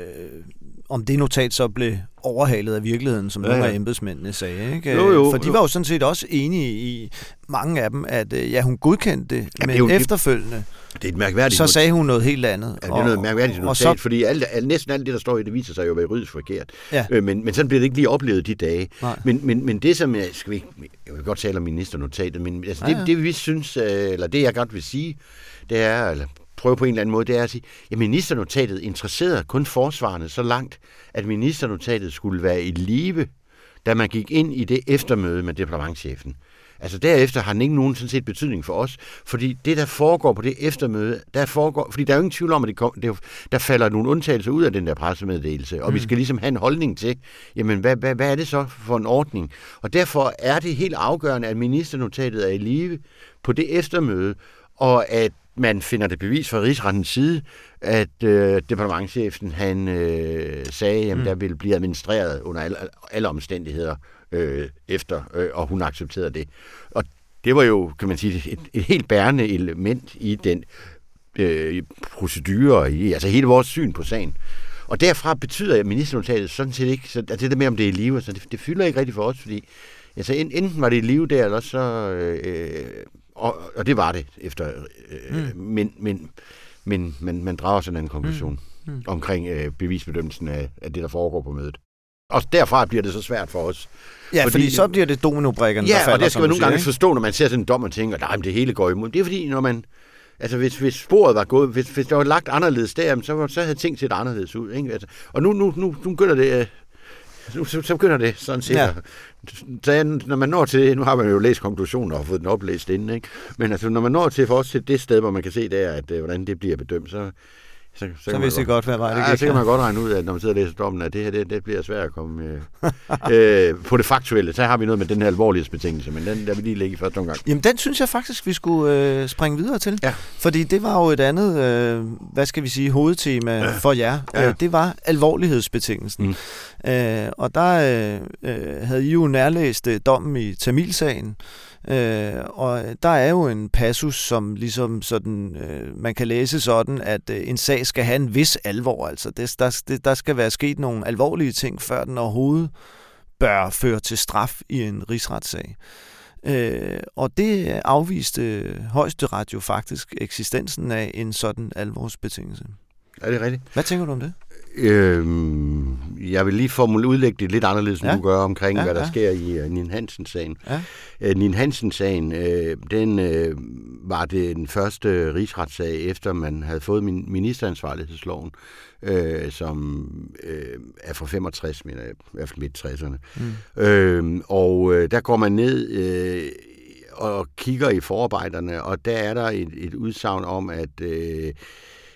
om det notat så blev overhalet af virkeligheden, som ja, ja. nogle af embedsmændene sagde. Ikke? Jo, jo, For de var jo sådan set også enige i, mange af dem, at ja, hun godkendte det, ja, men jo, efterfølgende, det er et mærkværdigt så sagde hun noget helt andet. Ja, det er noget mærkværdigt notat, så, fordi alt, alt, næsten alt det, der står i det, viser sig jo at være juridisk forkert. Ja. Øh, men, men sådan bliver det ikke lige oplevet de dage. Men, men, men det, som jeg... Skal vi, jeg vil godt tale om ministernotatet, men altså, ja, ja. Det, det vi synes, eller det jeg godt vil sige, det er... Eller, prøve på en eller anden måde, det er at sige, at ministernotatet interesserede kun forsvarerne så langt, at ministernotatet skulle være i live, da man gik ind i det eftermøde med departementschefen. Altså derefter har den ikke nogen sådan set betydning for os, fordi det, der foregår på det eftermøde, der foregår, fordi der er jo ingen tvivl om, at det kom, det, der falder nogle undtagelser ud af den der pressemeddelelse, og mm. vi skal ligesom have en holdning til, jamen hvad, hvad, hvad er det så for en ordning? Og derfor er det helt afgørende, at ministernotatet er i live på det eftermøde, og at man finder det bevis fra Rigsrettens side, at øh, departementschefen han øh, sagde, at mm. der ville blive administreret under alle, alle omstændigheder øh, efter, øh, og hun accepterede det. Og det var jo, kan man sige, et, et helt bærende element i den øh, procedure, i, altså hele vores syn på sagen. Og derfra betyder ministernotatet sådan set ikke, så, altså det der med, om det er i live, så det, det fylder ikke rigtig for os, fordi altså, enten var det i live der, eller så... Øh, Og, og det var det efter, øh, mm. men, men, men, men man drager sådan en konklusion mm. Mm. omkring øh, bevisbedømmelsen af, af det, der foregår på mødet. Og derfra bliver det så svært for os. Ja, fordi, fordi så bliver det dominobrikkerne, ja, der falder. Ja, og det skal man nogle gange forstå, når man ser sådan en dom og tænker, nej, det hele går imod. Det er fordi, når man, altså hvis, hvis sporet var gået, hvis, hvis det var lagt anderledes der, så, så havde ting set anderledes ud. Ikke? Altså, og nu, nu, nu, nu begynder det... Øh, Nu, så, så begynder det sådan set. Ja. Så når man når til, nu har man jo læst konklusionen og fået den oplæst inden, ikke? Men altså, når man når til for os til det sted, hvor man kan se der, at uh, hvordan det bliver bedømt, så så, så, så vidste det godt, hvad var det? Ja, så kan man godt regne ud, at når man sidder og læser dommen, at det her, det, det bliver svært at komme øh, øh, på det faktuelle. Så har vi noget med den her alvorlighedsbetingelse, men den der vil lige ligge i første omgang. Jamen, den synes jeg faktisk, vi skulle øh, springe videre til. Ja. Fordi det var jo et andet, øh, hvad skal vi sige, hovedtema ja. for jer. Ja. Det var alvorlighedsbetingelsen. Mm. Øh, og der øh, havde I jo nærlæst øh, dommen i Tamilsagen. Øh, og der er jo en passus, som ligesom sådan, øh, man kan læse sådan, at øh, en sag skal have en vis alvor. Altså det, der, det, der skal være sket nogle alvorlige ting, før den overhovedet bør føre til straf i en rigsretssag. Øh, og det afviste Højesteret jo faktisk eksistensen af en sådan alvorsbetingelse. Er det rigtigt? Hvad tænker du om det? Øhm, jeg vil lige formule udlægge det lidt anderledes, end ja. du gør omkring, ja, hvad der ja. sker i uh, Nien Hansen-sagen. Ja. Uh, Nien Hansen-sagen, uh, den uh, var det den første rigsretssag, efter man havde fået min ministeransvarlighedsloven, uh, som uh, er fra femogtres, men i hvert fald midt tresserne. Mm. Uh, og uh, der går man ned uh, og kigger i forarbejderne, og der er der et, et udsagn om, at uh,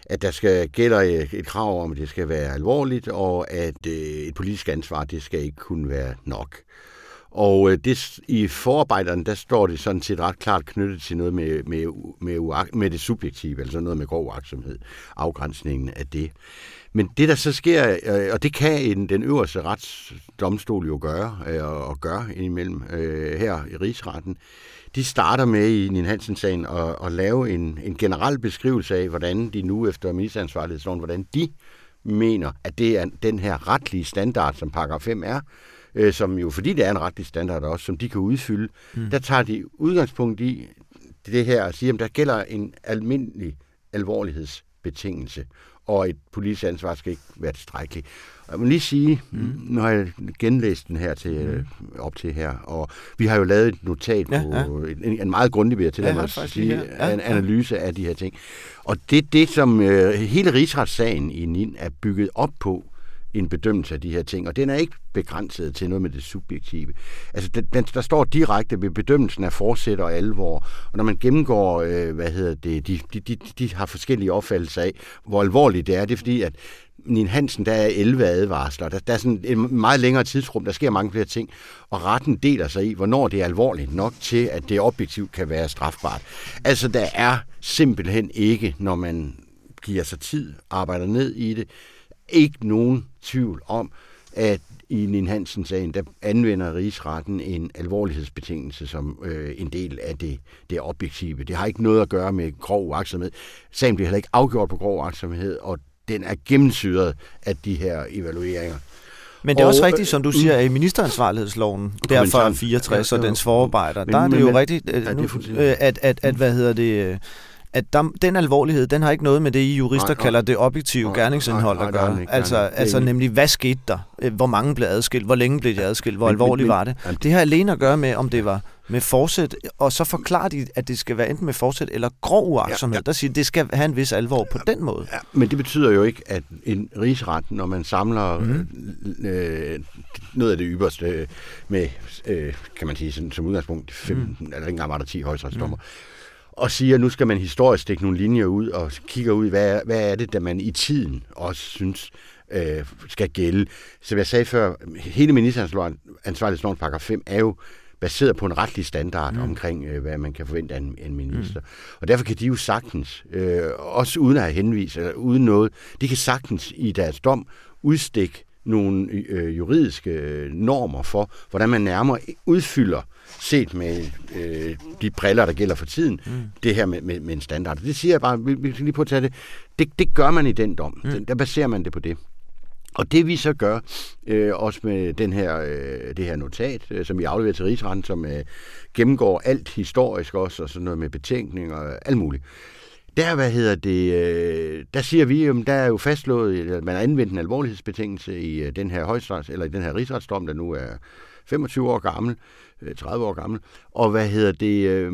at der skal gælder et krav om, at det skal være alvorligt, og at øh, et politisk ansvar, det skal ikke kunne være nok. Og øh, det, i forarbejderne, der står det sådan set ret klart knyttet til noget med, med, med, med det subjektive, altså noget med grov uagtsomhed, afgrænsningen af det. Men det, der så sker, øh, og det kan en, den øverste retsdomstol jo gøre, øh, og gør indimellem øh, her i Rigsretten, de starter med i Ninn Hansen-sagen at, at lave en, en generel beskrivelse af, hvordan de nu efter ministeransvarlighedsloven, hvordan de mener, at det er den her retlige standard, som paragraf fem er, øh, som jo, fordi det er en retlig standard også, som de kan udfylde, mm. der tager de udgangspunkt i det her at sige, at der gælder en almindelig alvorlighedsbetingelse, og et politisk ansvar skal ikke være tilstrækkeligt. Og jeg må lige sige, mm. nu har jeg genlæst den her til, øh, op til her, og vi har jo lavet et notat på, ja, ja. En, en meget grundig, vil jeg tillade mig at sige, ja, en analyse ja. af de her ting. Og det er det, som øh, hele rigsretssagen i Ninn er bygget op på, en bedømmelse af de her ting, og den er ikke begrænset til noget med det subjektive. Altså, den, der står direkte ved bedømmelsen af forsæt og alvor, og når man gennemgår, øh, hvad hedder det, de, de, de, de har forskellige opfattelser af, hvor alvorligt det er. Det er fordi, at Ninn Hansen, der er elleve advarsler, der, der er sådan en meget længere tidsrum, der sker mange flere ting, og retten deler sig i, hvornår det er alvorligt nok til, at det objektivt kan være strafbart. Altså, der er simpelthen ikke, når man giver sig tid, arbejder ned i det, ikke nogen tvivl om, at i Ninn Hansen-sagen, der anvender Rigsretten en alvorlighedsbetingelse som øh, en del af det, det objektive. Det har ikke noget at gøre med grov uagtsomhed. Sagen bliver heller ikke afgjort på grov uagtsomhed, og den er gennemsyret af de her evalueringer. Men det er og, også rigtigt, som du siger, at i ministeransvarlighedsloven, der fra fireogtres og dens forarbejder, men, der er det jo men, rigtigt, ja, nu, at, at, at, hvad hedder det... at der, den alvorlighed, den har ikke noget med det, I jurister nej, nej. kalder det objektive nej, gerningsindhold nej, nej, at gøre. Nej, nej, altså, nej, altså ikke. Nemlig, hvad skete der? Hvor mange blev adskilt? Hvor længe blev de adskilt? Hvor men, alvorligt men, var det? Men, det har alene at gøre med, om det var med forsæt, og så forklarer de, at det skal være enten med forsæt eller grov uagtsomhed. Ja, ja. Der siger, at det skal have en vis alvor på den måde. Ja, men det betyder jo ikke, at en rigsret, når man samler mm. øh, noget af det ypperste med, øh, kan man sige, sådan, som udgangspunkt, femten, mm. eller dengang var der ti højesteretsdommer, mm. og siger, at nu skal man historisk stikke nogle linjer ud og kigger ud, hvad, hvad er det, der man i tiden også synes øh, skal gælde. Som jeg sagde før, hele ministeransvarlighedsloven paragraf fem er jo baseret på en retlig standard mm. omkring, øh, hvad man kan forvente af en, en minister. Mm. Og derfor kan de jo sagtens, øh, også uden at have henvist, eller uden noget, de kan sagtens i deres dom udstikke nogle øh, juridiske normer for, hvordan man nærmere udfylder, set med øh, de briller, der gælder for tiden, mm. det her med, med, med en standard. Det siger jeg bare, vi, vi skal lige på at tage det. det. Det gør man i den dom. Mm. Den, der baserer man det på det. Og det vi så gør, øh, også med den her, øh, det her notat, øh, som vi afleverer til Rigsretten, som øh, gennemgår alt historisk også, og sådan noget med betænkning og alt muligt. Der, hvad hedder det, øh, der siger vi, at der er jo fastslået, at man har anvendt en alvorlighedsbetingelse i øh, den her højesterets, eller i den her rigsretsdom, der nu er femogtyve år gammel, øh, tredive år gammel, og hvad hedder det, øh,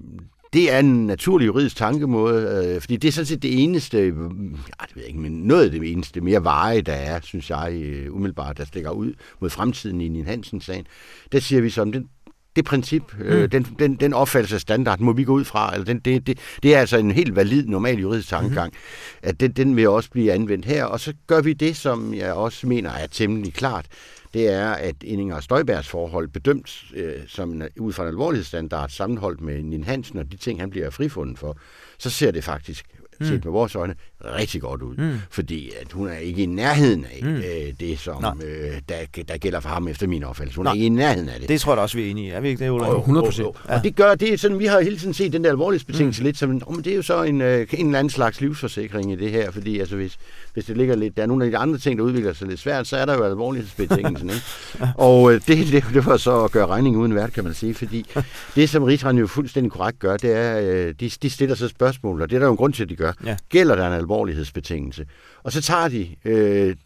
det er en naturlig juridisk tankemåde, øh, fordi det er sådan set det eneste, øh, det ved jeg ikke, men noget af det eneste mere veje, der er, synes jeg, øh, umiddelbart, der stikker ud mod fremtiden i Ninn Hansen-sagen. Der siger vi som den Det princip, mm. øh, den, den, den opfattelse af standarden, må vi gå ud fra, eller den, det, det, det er altså en helt valid, normal juridisk tankegang, mm. at den, den vil også blive anvendt her, og så gør vi det, som jeg også mener er temmelig klart, det er, at Inger Støjbergs forhold bedømt øh, som ud fra en alvorlighedsstandard sammenholdt med Ninn Hansen og de ting, han bliver frifundet for, så ser det faktisk, mm. set med vores øjne, rigtig godt ud. Mm. Fordi at hun er ikke i nærheden af mm. øh, det, som øh, der, der gælder for ham efter min opfattelse. Hun Nej. er ikke i nærheden af det. Det tror jeg da også, vi er enige i. Er vi ikke det, Ulrik? hundrede procent. Og, og, ja. og det gør, det er sådan, vi har hele tiden set den der alvorlighedsbetingelse mm. lidt som, oh, men det er jo så en, øh, en eller anden slags livsforsikring i det her, fordi altså, hvis, hvis det ligger lidt, der er nogle af de andre ting, der udvikler sig lidt svært, så er der jo alvorlighedsbetingelsen. Ikke? Og øh, det, det, det var så at gøre regning uden vært, kan man sige, fordi det, som Rigsretten jo fuldstændig korrekt gør, det er, øh, de, de stiller sig spørgsmål, og det er der jo en grund til, at de gør. Ja. Gælder der en alvorlighedsbetingelse? Og så tager de øh,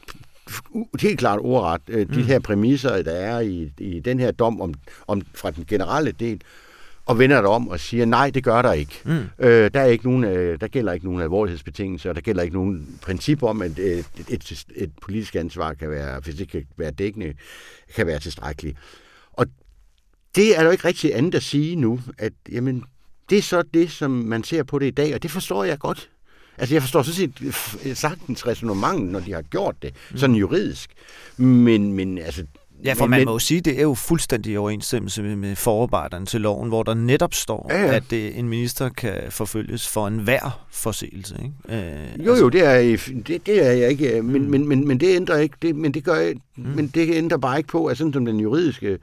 helt klart ordret øh, de mm. her præmisser, der er i, i den her dom om, om, fra den generelle del, og vender det om og siger, nej, det gør der ikke. Mm. Øh, der, er ikke nogen, øh, der gælder ikke nogen alvorlighedsbetingelser, og der gælder ikke nogen princip om, at øh, et, et, et politisk ansvar kan være, hvis det kan være dækkende, kan være tilstrækkeligt. Og det er jo ikke rigtig andet at sige nu, at jamen, det er så det, som man ser på det i dag, og det forstår jeg godt. Altså, jeg forstår sådan set sagtens ræsonnementet, når de har gjort det, mm. sådan juridisk. Men, men altså... Ja, for men, man men, må jo sige, det er jo fuldstændig i overensstemmelse med, med forarbejderne til loven, hvor der netop står, ja, ja. at det, en minister kan forfølges for enhver forseelse, ikke? Øh, jo, altså, jo, det er, det, det er jeg ikke, men, mm. men, men, men det ændrer ikke, det, men det gør jeg, mm. men det ændrer bare ikke på, at sådan som den juridiske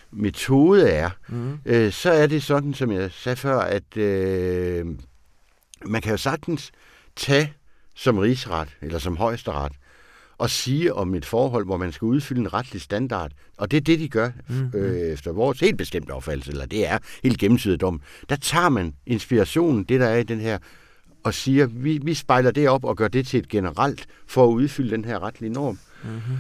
metode er, mm. øh, så er det sådan, som jeg sagde før, at øh, man kan jo sagtens tage som rigsret, eller som højesteret, og sige om et forhold, hvor man skal udfylde en retlig standard, og det er det, de gør mm. øh, efter vores helt bestemte opfattelse, eller det er helt gennemsyret dom. Der tager man inspirationen, det der er i den her, og siger, vi, vi spejler det op og gør det til et generelt for at udfylde den her retlige norm. Mm-hmm.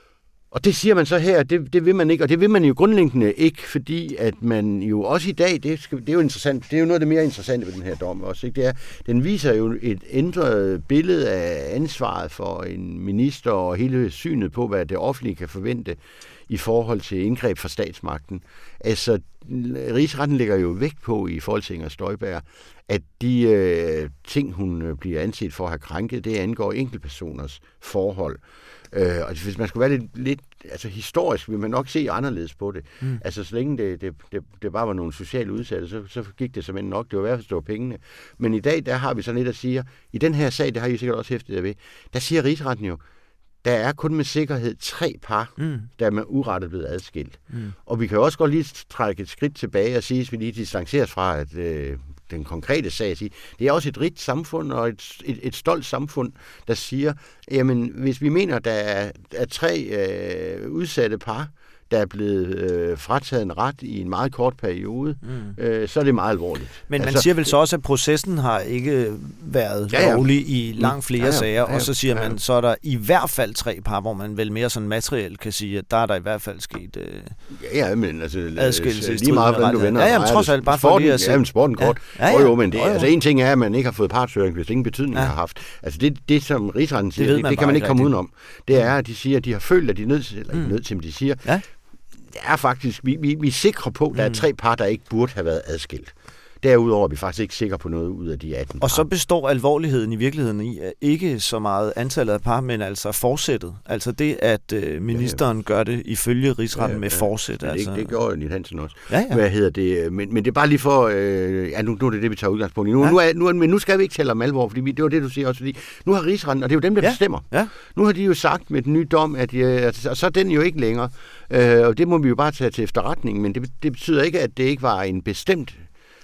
Og det siger man så her, det, det vil man ikke, og det vil man jo grundlæggende ikke, fordi at man jo også i dag, det, skal, det er jo interessant, det er jo noget af det mere interessante ved den her dom også, ikke? Det er, den viser jo et ændret billede af ansvaret for en minister og hele synet på, hvad det offentlige kan forvente i forhold til indgreb fra statsmagten. Altså, Rigsretten lægger jo vægt på i forhold til Inger Støjberg, at de øh, ting, hun bliver anset for at have krænket, det angår enkeltpersoners forhold. Øh, og hvis man skulle være lidt, lidt altså historisk, vil man nok se anderledes på det. Mm. Altså så længe det, det, det, det bare var nogle sociale udsatte, så, så gik det simpelthen nok. Det var i hvert fald stå pengene. Men i dag, der har vi sådan lidt at sige, i den her sag, det har I sikkert også hæftet jer ved, der siger Rigsretten jo, der er kun med sikkerhed tre par, mm. der er med urettet blevet adskilt. Mm. Og vi kan jo også godt lige trække et skridt tilbage og sige, at vi lige distanceres fra, at øh, den konkrete sag siger, det er også et rigt samfund og et, et, et stolt samfund, der siger, jamen hvis vi mener, der er, er tre øh, udsatte par, der er blevet øh, frataget en ret i en meget kort periode, mm. øh, så er det meget alvorligt. Men altså, man siger vel så også, at processen har ikke været ja, ja. lovlig i langt flere ja, ja. sager, ja, ja. og så siger ja, ja. man, så er der i hvert fald tre par, hvor man vel mere sådan materielt kan sige, at der er der i hvert fald sket øh, ja, ja, men altså, adskillelse. Lige meget, hvordan du vender. Ja, jamen, trods alt, bare for sporten, det at se. Ja, men sporten kort. Ja, ja, ja. Jo, jo, men det, jo, jo. altså en ting er, at man ikke har fået partshøring, hvis ingen betydning ja. har haft. Altså det, det som Rigsretten siger, det, det, det kan man ikke komme udenom. Det er, at de siger, at de har følt, at de er nødt til, eller mm. nødt til, men de siger, ja. det er faktisk, vi, vi, vi er sikre på, at der er tre par, der ikke burde have været adskilt. Derudover er vi faktisk ikke sikre på noget ud af de atten par. Og så består alvorligheden i virkeligheden i ikke så meget antallet af par, men altså forsættet. Altså det, at øh, ministeren ja, ja. gør det ifølge Rigsretten ja, ja. med forsæt. Altså. Det, det gjorde Niels Hansen også. Ja, ja. Hvad hedder det? Men, men det er bare lige for... Øh, ja, nu, nu er det det, vi tager udgangspunkt i. Nu, ja. nu, er, nu, er, men nu skal vi ikke tale om alvor, fordi vi, det var det, du siger også. Fordi nu har Rigsretten, og det er jo dem, der ja. bestemmer. Ja. Nu har de jo sagt med den nye dom, at, at og så er den jo ikke længere. Øh, og det må vi jo bare tage til efterretning. Men det, det betyder ikke, at det ikke var en bestemt...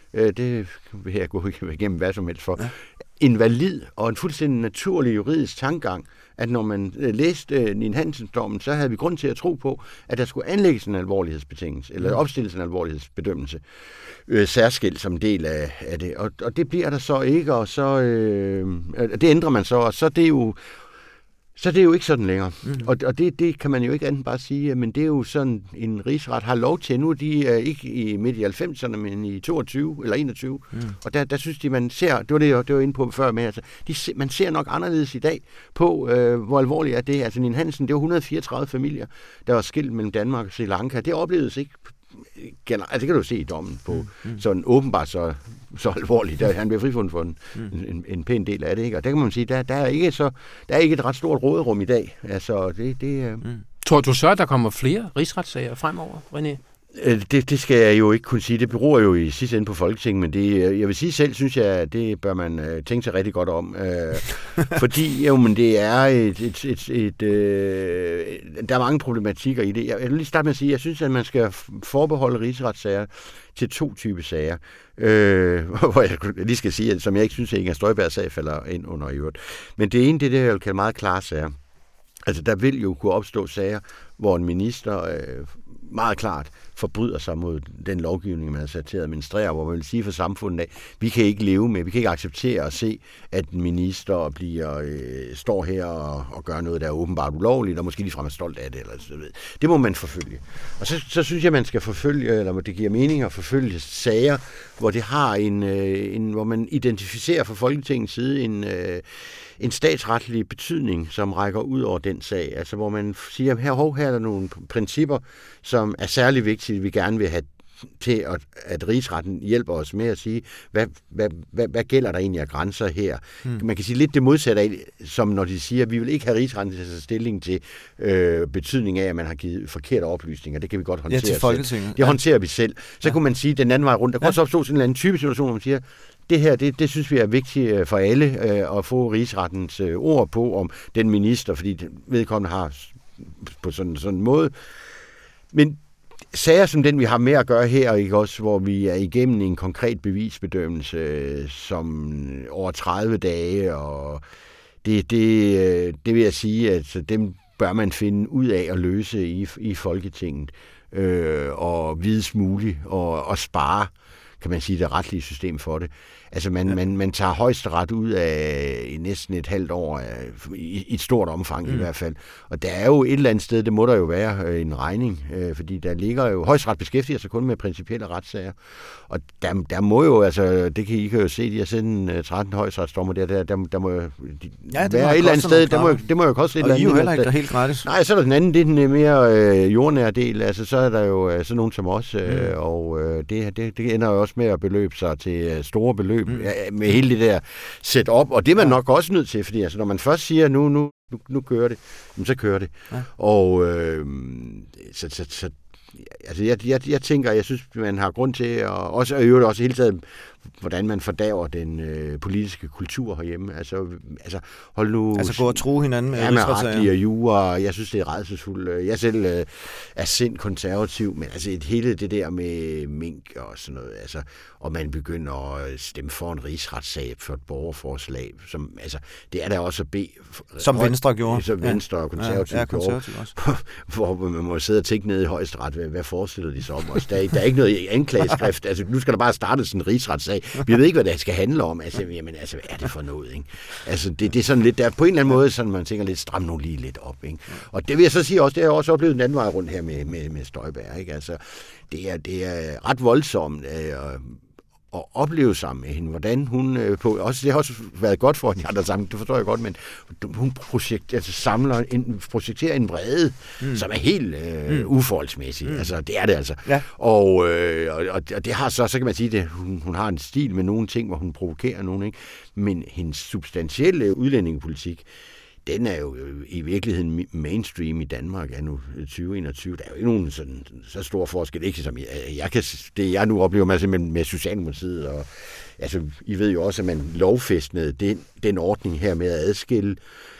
Det vil jeg gå igennem hvad som helst for. Ja. En valid og en fuldstændig naturlig juridisk tankegang, at når man læste Niels Hansen-dommen, så havde vi grund til at tro på, at der skulle anlægges en alvorlighedsbetingelse, eller opstilles en alvorlighedsbedømmelse, øh, særskilt som del af, af det. Og, og det bliver der så ikke, og så øh, det ændrer man så, og så det er jo Så det er jo ikke sådan længere. Mm-hmm. Og, og det, det kan man jo ikke andet bare sige, men det er jo sådan, en rigsret har lov til. Nu er de uh, ikke i midt i halvfemserne, men i toogtyve eller enogtyve. Mm. Og der, der synes de, man ser, det var det, jeg var inde på før med, altså, de, man ser nok anderledes i dag på, uh, hvor alvorligt er det. Altså Niels Hansen, det var et hundrede og fireogtredive familier, der var skilt mellem Danmark og Sri Lanka. Det oplevedes ikke. Altså det kan du se i dommen på, mm, mm. sådan åbenbart så, så alvorligt. Der, han bliver frifundet for en, mm. en, en pæn del af det, ikke? Og der kan man sige, der, der, er ikke så, der er ikke et ret stort råderum i dag. Altså det... det mm. Tror du så, at der kommer flere rigsretssager fremover, René? Det, det skal jeg jo ikke kunne sige. Det beror jo i sidste ende på Folketinget, men det, jeg vil sige selv, synes jeg, at det bør man tænke sig rigtig godt om. Fordi jo, men det er et, et, et, et, et der er mange problematikker i det. Jeg vil lige starte med at sige, at jeg synes, at man skal forbeholde rigsretssager til to typer sager. Øh, hvor jeg lige skal sige, at som jeg ikke synes, at Inger Støjbergs sag falder ind under i øvrigt. Men det ene, det er det, jeg vil kalde meget klare sager. Altså, der vil jo kunne opstå sager, hvor en minister øh, meget klart forbryder sig mod den lovgivning, man har sat til at administrere, hvor man vil sige for samfundet af, vi kan ikke leve med, vi kan ikke acceptere at se, at en minister bliver, øh, står her og, og gør noget, der er åbenbart ulovligt, og måske ligefrem er stolt af det. Eller så ved. Det må man forfølge. Og så, så synes jeg, man skal forfølge, eller det giver mening at forfølge sager, hvor det har en, øh, en hvor man identificerer fra Folketingets side en øh, en statsretlig betydning, som rækker ud over den sag. Altså hvor man siger, her, hov, her er der nogle principper, som er særlig vigtige, vi gerne vil have til, at, at rigsretten hjælper os med at sige, hvad, hvad, hvad, hvad gælder der egentlig af grænser her? Mm. Man kan sige lidt det modsatte af, som når de siger, at vi vil ikke have rigsretten til at tage stilling til øh, betydning af, at man har givet forkerte oplysninger. Det kan vi godt håndtere ja, til Folketinget. selv. Det håndterer ja. vi selv. Så ja. kunne man sige den anden vej rundt. Der kunne ja. også opstå sådan en eller anden type situation, hvor man siger, det her, det, det synes vi er vigtigt for alle øh, at få rigsrettens øh, ord på om den minister, fordi vedkommende har på sådan sådan en måde. Men sager som den, vi har med at gøre her, ikke også, hvor vi er igennem en konkret bevisbedømmelse øh, som over tredive dage, og det, det, øh, det vil jeg sige, at dem bør man finde ud af at løse i, i Folketinget, øh, og videst muligt, og, og spare, kan man sige, det retlige system for det. Altså, man, ja. man, man tager højesteret ud af næsten et halvt år, i, i et stort omfang mm. i hvert fald. Og der er jo et eller andet sted, det må der jo være en regning, øh, fordi der ligger jo, højesteret beskæftiger sig kun med principielle retssager. Og der, der må jo, altså, det kan I kan jo se, de har sendt uh, tretten højesteretsdommer der, der, der, der må de, ja, være et eller andet sted, der må, det må jo koste et eller andet. Og I er jo heller ikke der helt gratis. Nej, så er der den anden, det er den mere øh, jordnære del, altså så er der jo øh, sådan nogen som os, øh, mm. og øh, det, det, det ender jo også med at beløbe sig til øh, store beløb, mm. ja, med hele det der setup, og det er man nok også nødt til, fordi altså, når man først siger, nu, nu, nu, nu kører det, så kører det. Ja. Og øh, så, så, så altså, jeg, jeg, jeg tænker, jeg synes, man har grund til, at også, og i øvrigt også hele tiden, hvordan man fordaver den øh, politiske kultur herhjemme. Altså, altså hold nu... Altså gå og tro hinanden med ja, med retlige og jura, jeg synes, det er rædselsfuldt. Jeg selv øh, er sind konservativ, men altså et hele det der med mink og sådan noget, altså, og man begynder at stemme for en rigsretssag for et borgerforslag, som, altså, det er der også at bede... Som Venstre gjorde. Som Venstre og konservativ ja, ja, gjorde. også. Hvor man må sidde og tænke ned i højesteret, hvad, hvad forestiller de sig om os? Der er, der er ikke noget anklageskrift. Altså, nu skal der bare starte sådan en rigsretssag. Vi ved ikke, hvad det skal handle om. Altså, jamen, altså, hvad er det for noget, ikke? Altså, det, det er sådan lidt, der på en eller anden måde, sådan man tænker lidt, stram nu lige lidt op, ikke? Og det vil jeg så sige også, det har jeg også oplevet den anden vej rundt her med, med, med Støjberg, ikke? Altså, det er, det er ret voldsomt, øh, at opleve sammen med hende, hvordan hun øh, på, også det har også været godt for hende andre sammen, det forstår jeg godt, men hun projekt, altså samler en, projekterer en vrede, mm. som er helt øh, mm. uforholdsmæssig. Mm. Altså, det er det altså. Ja. Og, øh, og, og det har så, så kan man sige, det, hun, hun har en stil med nogle ting, hvor hun provokerer nogen, ikke? Men hendes substantielle udlændingepolitik, den er jo i virkeligheden mainstream i Danmark er nu tyve enogtyve. Der er jo ikke nogen sådan, så stor forskel. Ikke som jeg, jeg kan, det jeg nu oplever med, med, med Socialdemokratiet. Og, altså, I ved jo også, at man lovfæstede den, den ordning her med at adskille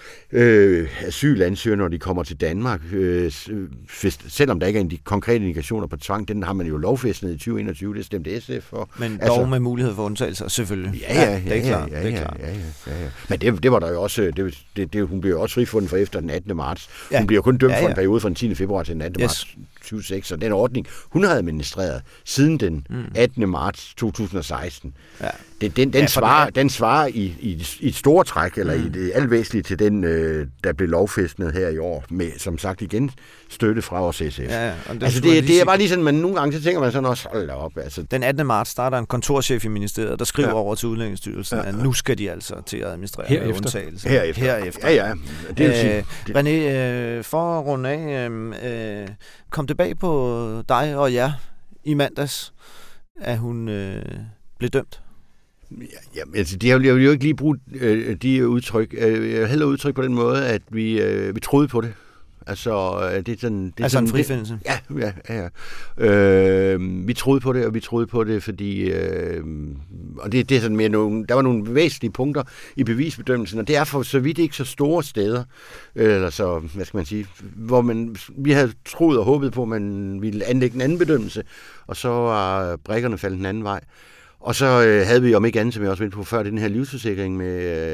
øh, asylansøgere, når de kommer til Danmark. Øh, selvom der ikke er en de konkrete indikationer på tvang, den har man jo lovfæstet i tyve enogtyve. Det stemte S F for. Men dog altså, med mulighed for undtagelser, selvfølgelig. Ja, ja, ja, det er klart. Ja, ja, det er klart. Ja, ja, ja, ja. Men det, det var der jo også, det, det, det, hun blev jo også frifundet for efter den attende marts. Ja. Hun bliver kun dømt ja, ja. for en periode fra den tiende februar til den attende yes. marts tyve seks, og den ordning, hun havde administreret siden den mm. attende marts to tusind og seksten. Ja. Den, den, den, ja, svarer, den svarer i, i, i et stort træk, eller mm. i det alvæsentlige til den, øh, der blev lovfæstnet her i år, med, som sagt igen, støtte fra vores S F. Ja, ja, det altså det, det er bare lige sådan, man nogle gange så tænker man sådan også, hold da op. Altså. Den attende marts starter en kontorchef i ministeriet, der skriver ja. over til Udlændingsstyrelsen, ja, ja. at nu skal de altså til at administrere herefter. undtagelser. Herefter. Herefter. Ja, ja. Det vil sige. Øh, René, øh, for at runde af, øh, øh, kom det bag på dig og jer i mandags, at hun øh, blev dømt? Ja, altså, de har jo ikke lige brugt øh, de udtryk. Øh, jeg har heller udtryk på den måde, at vi, øh, vi troede på det. Altså, det er sådan, det er altså sådan, en frifindelse? Det, ja, ja, ja. Øh, vi troede på det, og vi troede på det, fordi... Øh, og det, det er sådan mere nogle... Der var nogle væsentlige punkter i bevisbedømmelsen, og det er for så vidt ikke så store steder, eller så, hvad skal man sige, hvor man, vi havde troet og håbet på, at man ville anlægge en anden bedømmelse, og så var brikkerne faldet den anden vej. Og så øh, havde vi om ikke andet, som jeg også vendte på før, den her livsforsikring med,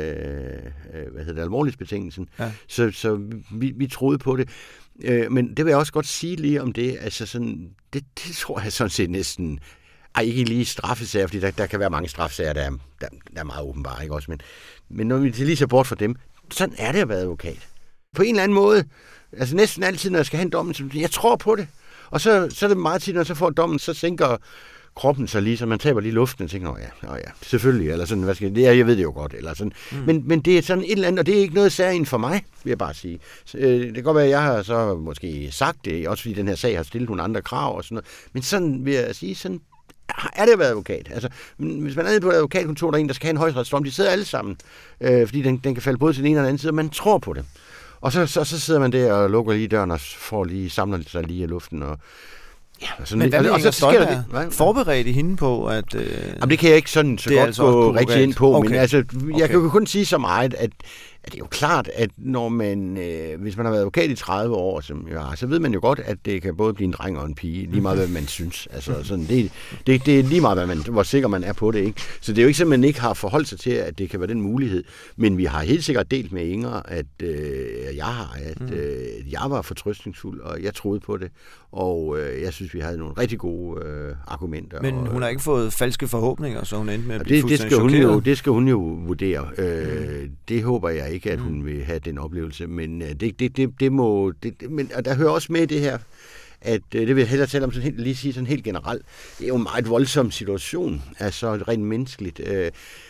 øh, hvad hedder det, alvorlighedsbetingelsen. Ja. Så, så vi, vi troede på det. Øh, men det vil jeg også godt sige lige om det. Altså sådan, det, det tror jeg sådan set næsten... Ej, ikke lige straffesager, fordi der, der kan være mange straffesager, der er, der, der er meget åbenbare, ikke også? Men, men når vi lige ser bort fra dem, sådan er det at være advokat. På en eller anden måde, altså næsten altid, når jeg skal have en dom, så jeg tror på det. Og så, så er det meget tit, når jeg så får dommen, så sænker kroppen sig lige, så man taber lige luften og tænker, åh ja, åh ja, selvfølgelig, eller sådan, hvad skal jeg, det er, jeg ved det jo godt, eller sådan. Mm. Men, men det er sådan et eller andet, og det er ikke noget særligt for mig, vil jeg bare sige. Så, øh, det kan godt være, at jeg har så måske sagt det, også fordi den her sag har stillet nogle andre krav og sådan noget, men sådan vil jeg sige, sådan er det at være advokat. Altså, hvis man er nede på et advokatkontor, der er en, der skal have en højesteretsdom, de sidder alle sammen, øh, fordi den, den kan falde både til den ene og den anden side, og man tror på det. Og så, så, så sidder man der og lukker lige døren og får lige, samler sig lige i luften. Og, ja, sådan, men hvad og, med og så sker der det. Hvad? Forberedte hende på, at... Øh, Jamen, det kan jeg ikke sådan så godt altså gå rigtig ind på, okay. Men altså, jeg okay. kan jo kun sige så meget, at at det er jo klart, at når man, øh, hvis man har været advokat i tredive år, som jeg har, så ved man jo godt, at det kan både blive en dreng og en pige, lige meget hvad man synes. Altså, sådan, det, det, det er lige meget, hvad man, hvor sikker man er på det. Ikke? Så det er jo ikke, at man ikke har forholdt sig til, at det kan være den mulighed. Men vi har helt sikkert delt med Inger, at øh, jeg har, at øh, jeg var fortrøstningsfuld, og jeg troede på det. Og øh, jeg synes, vi havde nogle rigtig gode øh, argumenter. Men og, hun har ikke fået falske forhåbninger, så hun endte med at blive det, det skal hun jo, det skal hun jo vurdere. Øh, mm. Det håber jeg ikke, at hun vil have den oplevelse. Men øh, det, det, det, det må... Det, men, og der hører også med det her, at øh, det vil jeg hellere tale om sådan helt, lige sige sådan helt generelt. Det er jo en meget voldsom situation, altså rent menneskeligt. Øh,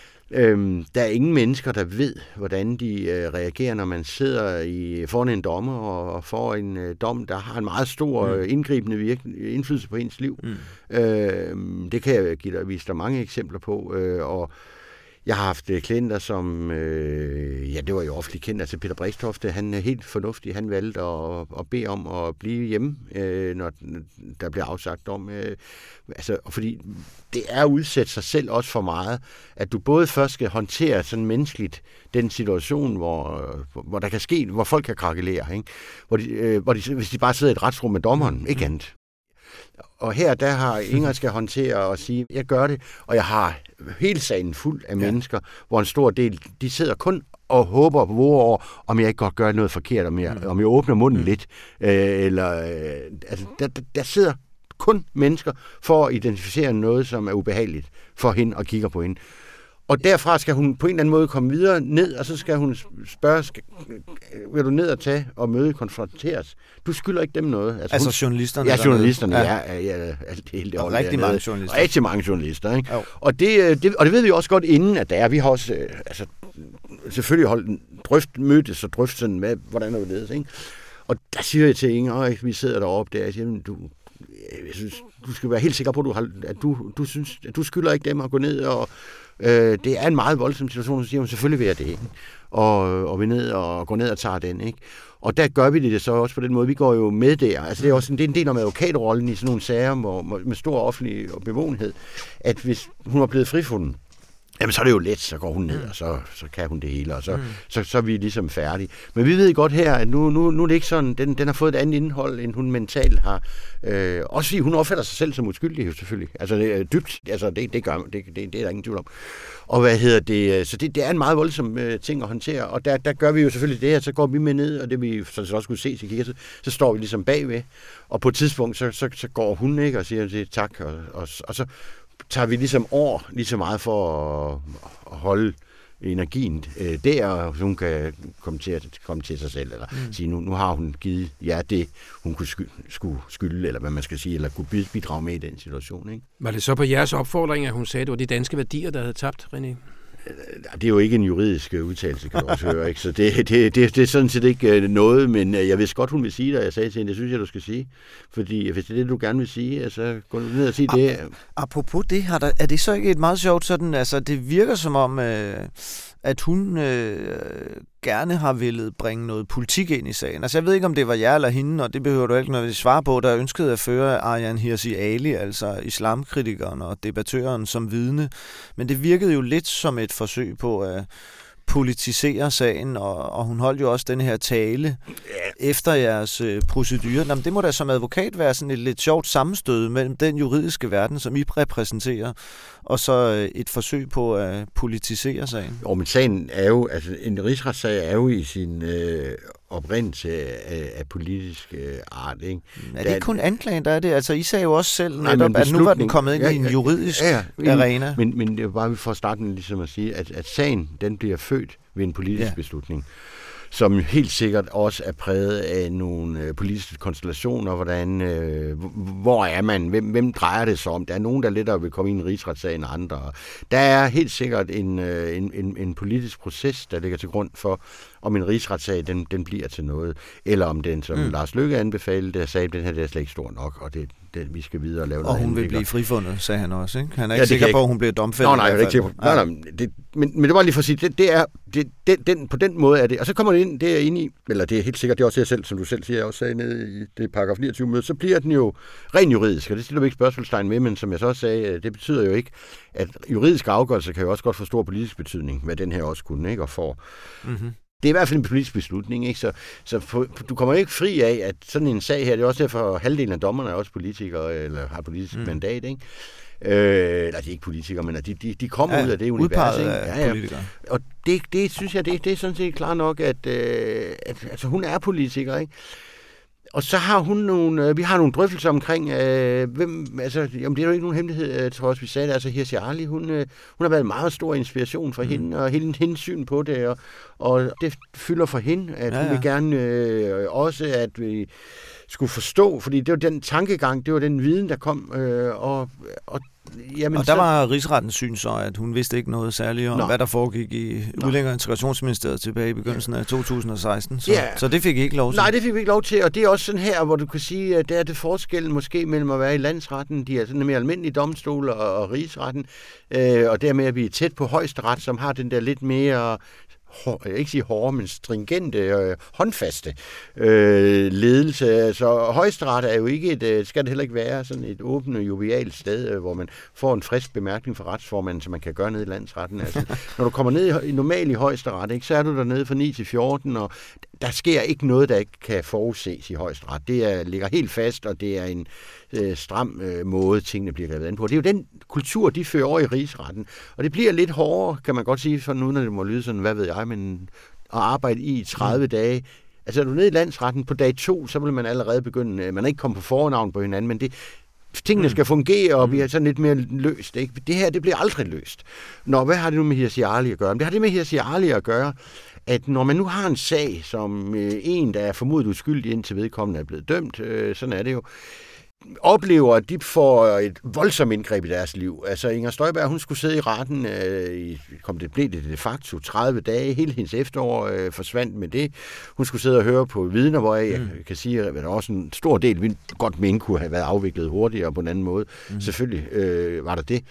Øhm, der er ingen mennesker, der ved, hvordan de øh, reagerer, når man sidder i, foran en dommer og, og får en øh, dom, der har en meget stor øh, indgribende virke, indflydelse på ens liv. Mm. Øh, det kan jeg give dig, vise dig mange eksempler på. Øh, og jeg har haft klienter, som, øh, ja, det var jo offentligt kendt, altså Peter Brixtofte, han er helt fornuftig, han valgte at, at bede om at blive hjemme, øh, når der bliver afsagt om. Øh, altså, fordi det er at udsætte sig selv også for meget, at du både først skal håndtere sådan menneskeligt den situation, hvor, hvor der kan ske, hvor folk kan krakelere, ikke? Hvor, de, øh, hvor de, hvis de bare sidder i et retsrum med dommeren, ikke andet. Og her, der har Inger skal håndtere og sige, jeg gør det, og jeg har hele sagen fuld af mennesker, ja. Hvor en stor del, de sidder kun og håber på over, om jeg ikke godt gør noget forkert, om jeg, mm. om jeg åbner munden mm. lidt. Øh, eller, øh, altså, der, der sidder kun mennesker for at identificere noget, som er ubehageligt for hende og kigger på hende. Og derfra skal hun på en eller anden måde komme videre ned, og så skal hun spørge, skal, vil du ned og tage og møde, konfronteres? Du skylder ikke dem noget. Altså, altså hun, journalisterne? Ja, journalisterne, ja. ja, ja alt det hele det. Og rigtig mange journalister. Rigtig mange journalister, ikke? Og det, det, og det ved vi også godt inden, at der er. Vi har også altså, selvfølgelig holdt en drøft, mødtes og drøft sådan med, hvordan det ledes, ikke? Og der siger jeg til Inger, vi sidder deroppe der, og siger, du, jeg synes, du skal være helt sikker på, at du, har, at du, du synes, at du skylder ikke dem at gå ned og Øh, det er en meget voldsom situation, så siger hun, selvfølgelig vil jeg det, ikke? Og, og vi ned og går ned og tager den, ikke? Og der gør vi det så også på den måde, vi går jo med der. Altså det er også en, det er en del af advokatrollen i sådan nogle sager hvor, med stor offentlig bevågenhed, at hvis hun var blevet frifundet, jamen så er det jo let, så går hun ned, og så, så kan hun det hele, og så, mm. så, så er vi ligesom færdige. Men vi ved godt her, at nu, nu, nu er det ikke sådan, den, den har fået et andet indhold, end hun mentalt har. Øh, også fordi hun opfatter sig selv som uskyldig, jo selvfølgelig. Altså det er dybt, altså det, det gør det, det, det er der ingen tvivl om. Og hvad hedder det, så det, det er en meget voldsom øh, ting at håndtere, og der, der gør vi jo selvfølgelig det her, så går vi med ned, og det vi så også kunne se, så, kigger, så, så står vi ligesom bagved, og på et tidspunkt, så, så, så går hun, ikke, og siger tak, og, og, og så tager vi ligesom over lige så meget for at, at holde energien øh, der, og hun kan komme til, at, komme til sig selv, eller mm. sige, nu, nu har hun givet jer det, hun kunne sky, skulle skylde, eller hvad man skal sige, eller kunne bidrage med i den situation. Ikke? Var det så på jeres opfordring, at hun sagde, at det var de danske værdier, der havde tabt, René? Det er jo ikke en juridisk udtalelse, kan du også høre, ikke? Så det, det, det, det er sådan set ikke noget, men jeg vidste godt, hun vil sige det, og jeg sagde til hende, det synes jeg, du skal sige. Fordi hvis det er det, du gerne vil sige, så gå ned og sige A- det. Apropos det, har der, er det så ikke et meget sjovt sådan, altså det virker som om, øh, at hun øh, gerne har villet bringe noget politik ind i sagen. Altså jeg ved ikke, om det var jer eller hende, og det behøver du ikke noget svare på, der ønskede at føre Aryan Hirsi Ali, altså islamkritikeren og debattøren, som vidne. Men det virkede jo lidt som et forsøg på at politisere sagen, og, og hun holdt jo også den her tale ja. efter jeres øh, procedure. Jamen, det må da som advokat være sådan et lidt sjovt sammenstød mellem den juridiske verden, som I repræsenterer, og så øh, et forsøg på at politisere sagen. Jo, men sagen er jo, altså en rigsretssag er jo i sin øh, oprindelse af, af politisk øh, art, ikke? Er det ikke kun anklagen, der er det? Altså, I sagde jo også selv netop, at nu var den kommet ind ja, i en juridisk ja, ja, arena. Men, men det var bare for starten ligesom at sige, at, at sagen, den bliver født ved en politisk ja. beslutning. som helt sikkert også er præget af nogle øh, politiske konstellationer, hvordan, øh, hvor er man, hvem, hvem drejer det sig om? Der er nogen, der lettere vil komme i en rigsretssag end andre. Der er helt sikkert en, øh, en, en, en politisk proces, der ligger til grund for, om en rigsretssag, den, den bliver til noget, eller om den, som mm. Lars Løkke anbefalede, der sagde, at den her der er slet ikke stor nok, og det, det, vi skal videre og lave og noget. Og hun andet, vil blive frifundet, sagde han også, ikke? Han er ikke ja, sikker ikke... på, at hun bliver domfældet. Nå, nej, jeg er ikke sikker på. Nej, nej, det, men, men det var lige for at sige, det, det er, det, det, den, på den måde er det, og så kommer det ind, det er inde i, eller det er helt sikkert, det er også jeg selv, som du selv siger, jeg også sagde nede i det paragraf niogtyve møde, så bliver den jo ren juridisk, og det stiller vi ikke spørgsmålstegn med, men som jeg så også sagde, det betyder jo ikke, at juridiske afgørelser kan jo også godt få stor politisk betydning, hvad den her også kunne, ikke, og får. Mm-hmm. Det er i hvert fald en politisk beslutning, ikke? Så, så for, du kommer ikke fri af, at sådan en sag her, det er også derfor, halvdelen af dommerne er også politikere, eller har politisk mm. mandat, ikke? Øh, eller de er ikke politikere, men de, de, de kommer ja, ud af det univers, ikke? Ja, ja. Og det, det synes jeg, det, det er sådan set klart nok, at, øh, at altså, hun er politiker, ikke? Og så har hun nogle, øh, vi har nogle drøftelser omkring, øh, hvem, altså, jamen, det er jo ikke nogen hemmelighed, jeg tror også, vi sagde det, altså Hirsi Ali, hun, øh, hun har været en meget stor inspiration for mm. hende, og hele hendes syn på det, og, og det fylder for hende, at ja, hun ja. vil gerne øh, også, at vi skulle forstå, fordi det var den tankegang, det var den viden, der kom, øh, og, og Jamen, og der så... var rigsrettens syn så, at hun vidste ikke noget særligt om, Nå. hvad der foregik i Udlændinge- og Integrationsministeriet tilbage i begyndelsen af to tusind og seksten. Så, ja. så det fik I ikke lov til? Nej, det fik vi ikke lov til, og det er også sådan her, hvor du kan sige, at der er det forskellen måske mellem at være i landsretten, de er sådan mere almindelige domstole og, og rigsretten, øh, og dermed at vi er tæt på højesteret, som har den der lidt mere... jeg vil ikke sige hårde, men stringente, øh, håndfaste øh, ledelse. Så højesteret er jo ikke et, øh, skal det heller ikke være sådan et åbent og jovialt sted, øh, hvor man får en frisk bemærkning fra retsformanden, som man kan gøre ned i landsretten. Altså, når du kommer ned i, normalt i højesteret, ikke, så er du dernede fra ni til fjorten, og der sker ikke noget, der ikke kan forudses i højesteret. Det er, ligger helt fast, og det er en øh, stram øh, måde, tingene bliver grebet an på. Det er jo den kultur, de fører over i rigsretten. Og det bliver lidt hårdere, kan man godt sige, sådan uden at det må lyde sådan, hvad ved jeg, men at arbejde i tredive mm. dage. Altså er du nede i landsretten på dag to, så vil man allerede begynde, man er ikke kommet på fornavn på hinanden, men det, tingene skal fungere, og vi er sådan lidt mere løst. Ikke? Det her, det bliver aldrig løst. Nå, hvad har det nu med Hirsi Ali at gøre? Det har det med Hirsi Ali at gøre, at når man nu har en sag, som øh, en, der er formodet uskyldig indtil vedkommende er blevet dømt, øh, sådan er det jo, oplever, at de får et voldsomt indgreb i deres liv. Altså Inger Støjberg, hun skulle sidde i retten, øh, i, kom det, blev det de facto tredive dage, hele hendes efterår øh, forsvandt med det. Hun skulle sidde og høre på vidner, hvor jeg mm. kan sige, at der også en stor del, vi godt mene, kunne have været afviklet hurtigere på en anden måde. Mm. Selvfølgelig øh, var der det.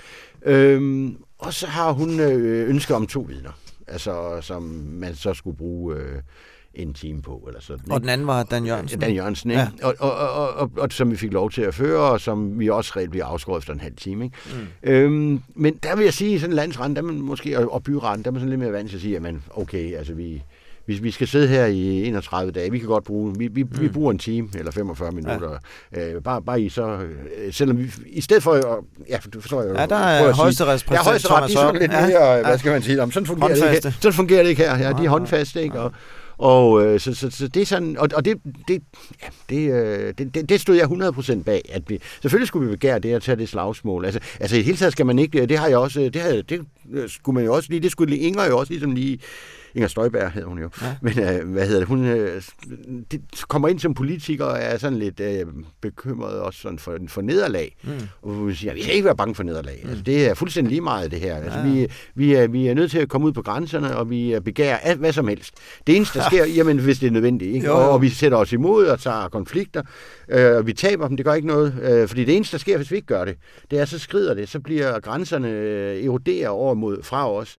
Øhm, og så har hun øh, ønsket om to vidner, altså som man så skulle bruge... Øh, en time på, eller sådan. Og den anden var Dan Jørgensen. Dan Jørgensen, ikke? Ja. Og, og, og, og, og, og som vi fik lov til at føre, og som vi også reelt bliver afskåret efter en halv time, ikke? Mm. Øhm, men der vil jeg sige, sådan en landsretten, der man måske, og, og byretten, der er man sådan lidt mere vant til at sige, at man, okay, altså vi, vi, vi skal sidde her i enogtredive dage, vi kan godt bruge, vi, vi, mm. vi bruger en time, eller femogfyrre minutter, ja. øh, bare, bare i så, øh, selvom vi, i stedet for, ja, du forstår jeg, ja, der er højesteretspræsident, ja, højesteret, de er sådan lidt ja. mere, ja. hvad skal man sige, om, sådan fungerer det ikke her, sådan fungerer det ikke her, ja, de er håndfaste, ikke, og Og øh, så, så, så det er sådan, og, og det, det, ja, det, øh, det, det stod jeg hundrede procent bag, at vi, selvfølgelig skulle vi begære det at tage det slagsmål. Altså, altså i det hele taget skal man ikke, det har jeg også, det, har, det skulle man jo også lige, det skulle Inger jo også ligesom lige, Inger Støjberg hedder hun jo, ja. men øh, hvad hedder det, hun øh, det kommer ind som politiker og er sådan lidt øh, bekymret også sådan for, for nederlag. Mm. Og vi siger, vi skal ikke være bange for nederlag. Mm. Altså, det er fuldstændig lige meget det her. Altså, ja. vi, vi, er, vi er nødt til at komme ud på grænserne, og vi begærer alt, hvad som helst. Det eneste, der sker, jamen hvis det er nødvendigt, ikke? Jo, jo. Og, og vi sætter os imod og tager konflikter, øh, og vi taber dem, det gør ikke noget. Øh, fordi det eneste, der sker, hvis vi ikke gør det, det er, så skrider det, så bliver grænserne øh, eroderet over mod fra os.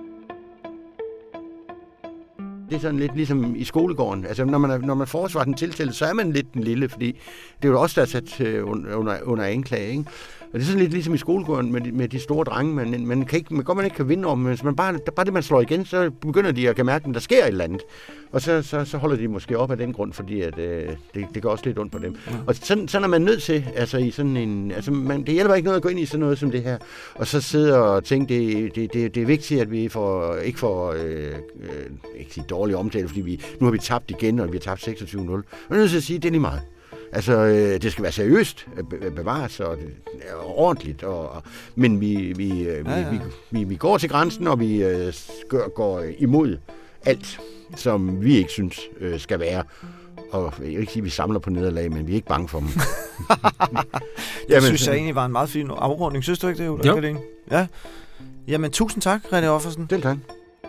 Det er sådan lidt ligesom i skolegården. Altså, når man, når man forsvarer den tiltalte, så er man lidt den lille, fordi det er jo også der er sat under, under anklage, ikke? Og det er sådan lidt ligesom i skolegården med de, med de store drenge. Man, man kan ikke, man godt man ikke kan vinde om, men hvis man bare, bare det, man slår igen, så begynder de at kan mærke, at der sker et eller andet. Og så, så, så holder de måske op af den grund, fordi at, øh, det, det går også lidt ondt på dem. Ja. Og sådan, sådan er man nødt til, altså i sådan en, altså man, det hjælper ikke noget at gå ind i sådan noget som det her, og så sidde og tænke, det, det, det, det er vigtigt, at vi får, ikke får, øh, øh, ikke sige dårlig omtale, fordi vi, nu har vi tabt igen, og vi har tabt seksogtyve nul. Og nødt til at sige, det er lige meget. Altså, øh, det skal være seriøst, bevares og øh, ordentligt, og, og, men vi, vi, øh, ja, ja. Vi, vi, vi går til grænsen, og vi øh, går, går imod alt. som vi ikke synes øh, skal være. Og jeg vil ikke sige, at vi samler på nederlag, men vi er ikke bange for dem. Jeg Jamen, synes jeg egentlig var en meget fin afrunding. Synes du ikke det, Ulrik Dahlin? Ja. Jamen, tusind tak, René Offersen. Del tak.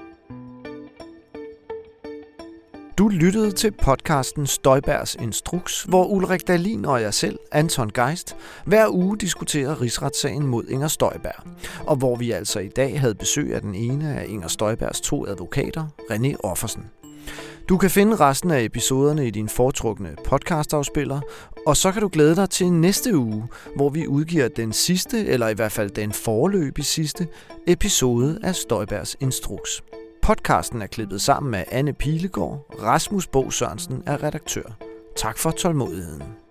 Du lyttede til podcasten Støjbergs Instruks, hvor Ulrik Dahlin og jeg selv, Anton Geist, hver uge diskuterer rigsretssagen mod Inger Støjberg. Og hvor vi altså i dag havde besøg af den ene af Inger Støjbergs to advokater, René Offersen. Du kan finde resten af episoderne i din foretrukne podcastafspiller, og så kan du glæde dig til næste uge, hvor vi udgiver den sidste, eller i hvert fald den foreløbig sidste, episode af Støjbergs Instruks. Podcasten er klippet sammen af Anne Pilegaard. Rasmus Bo Sørensen er redaktør. Tak for tålmodigheden.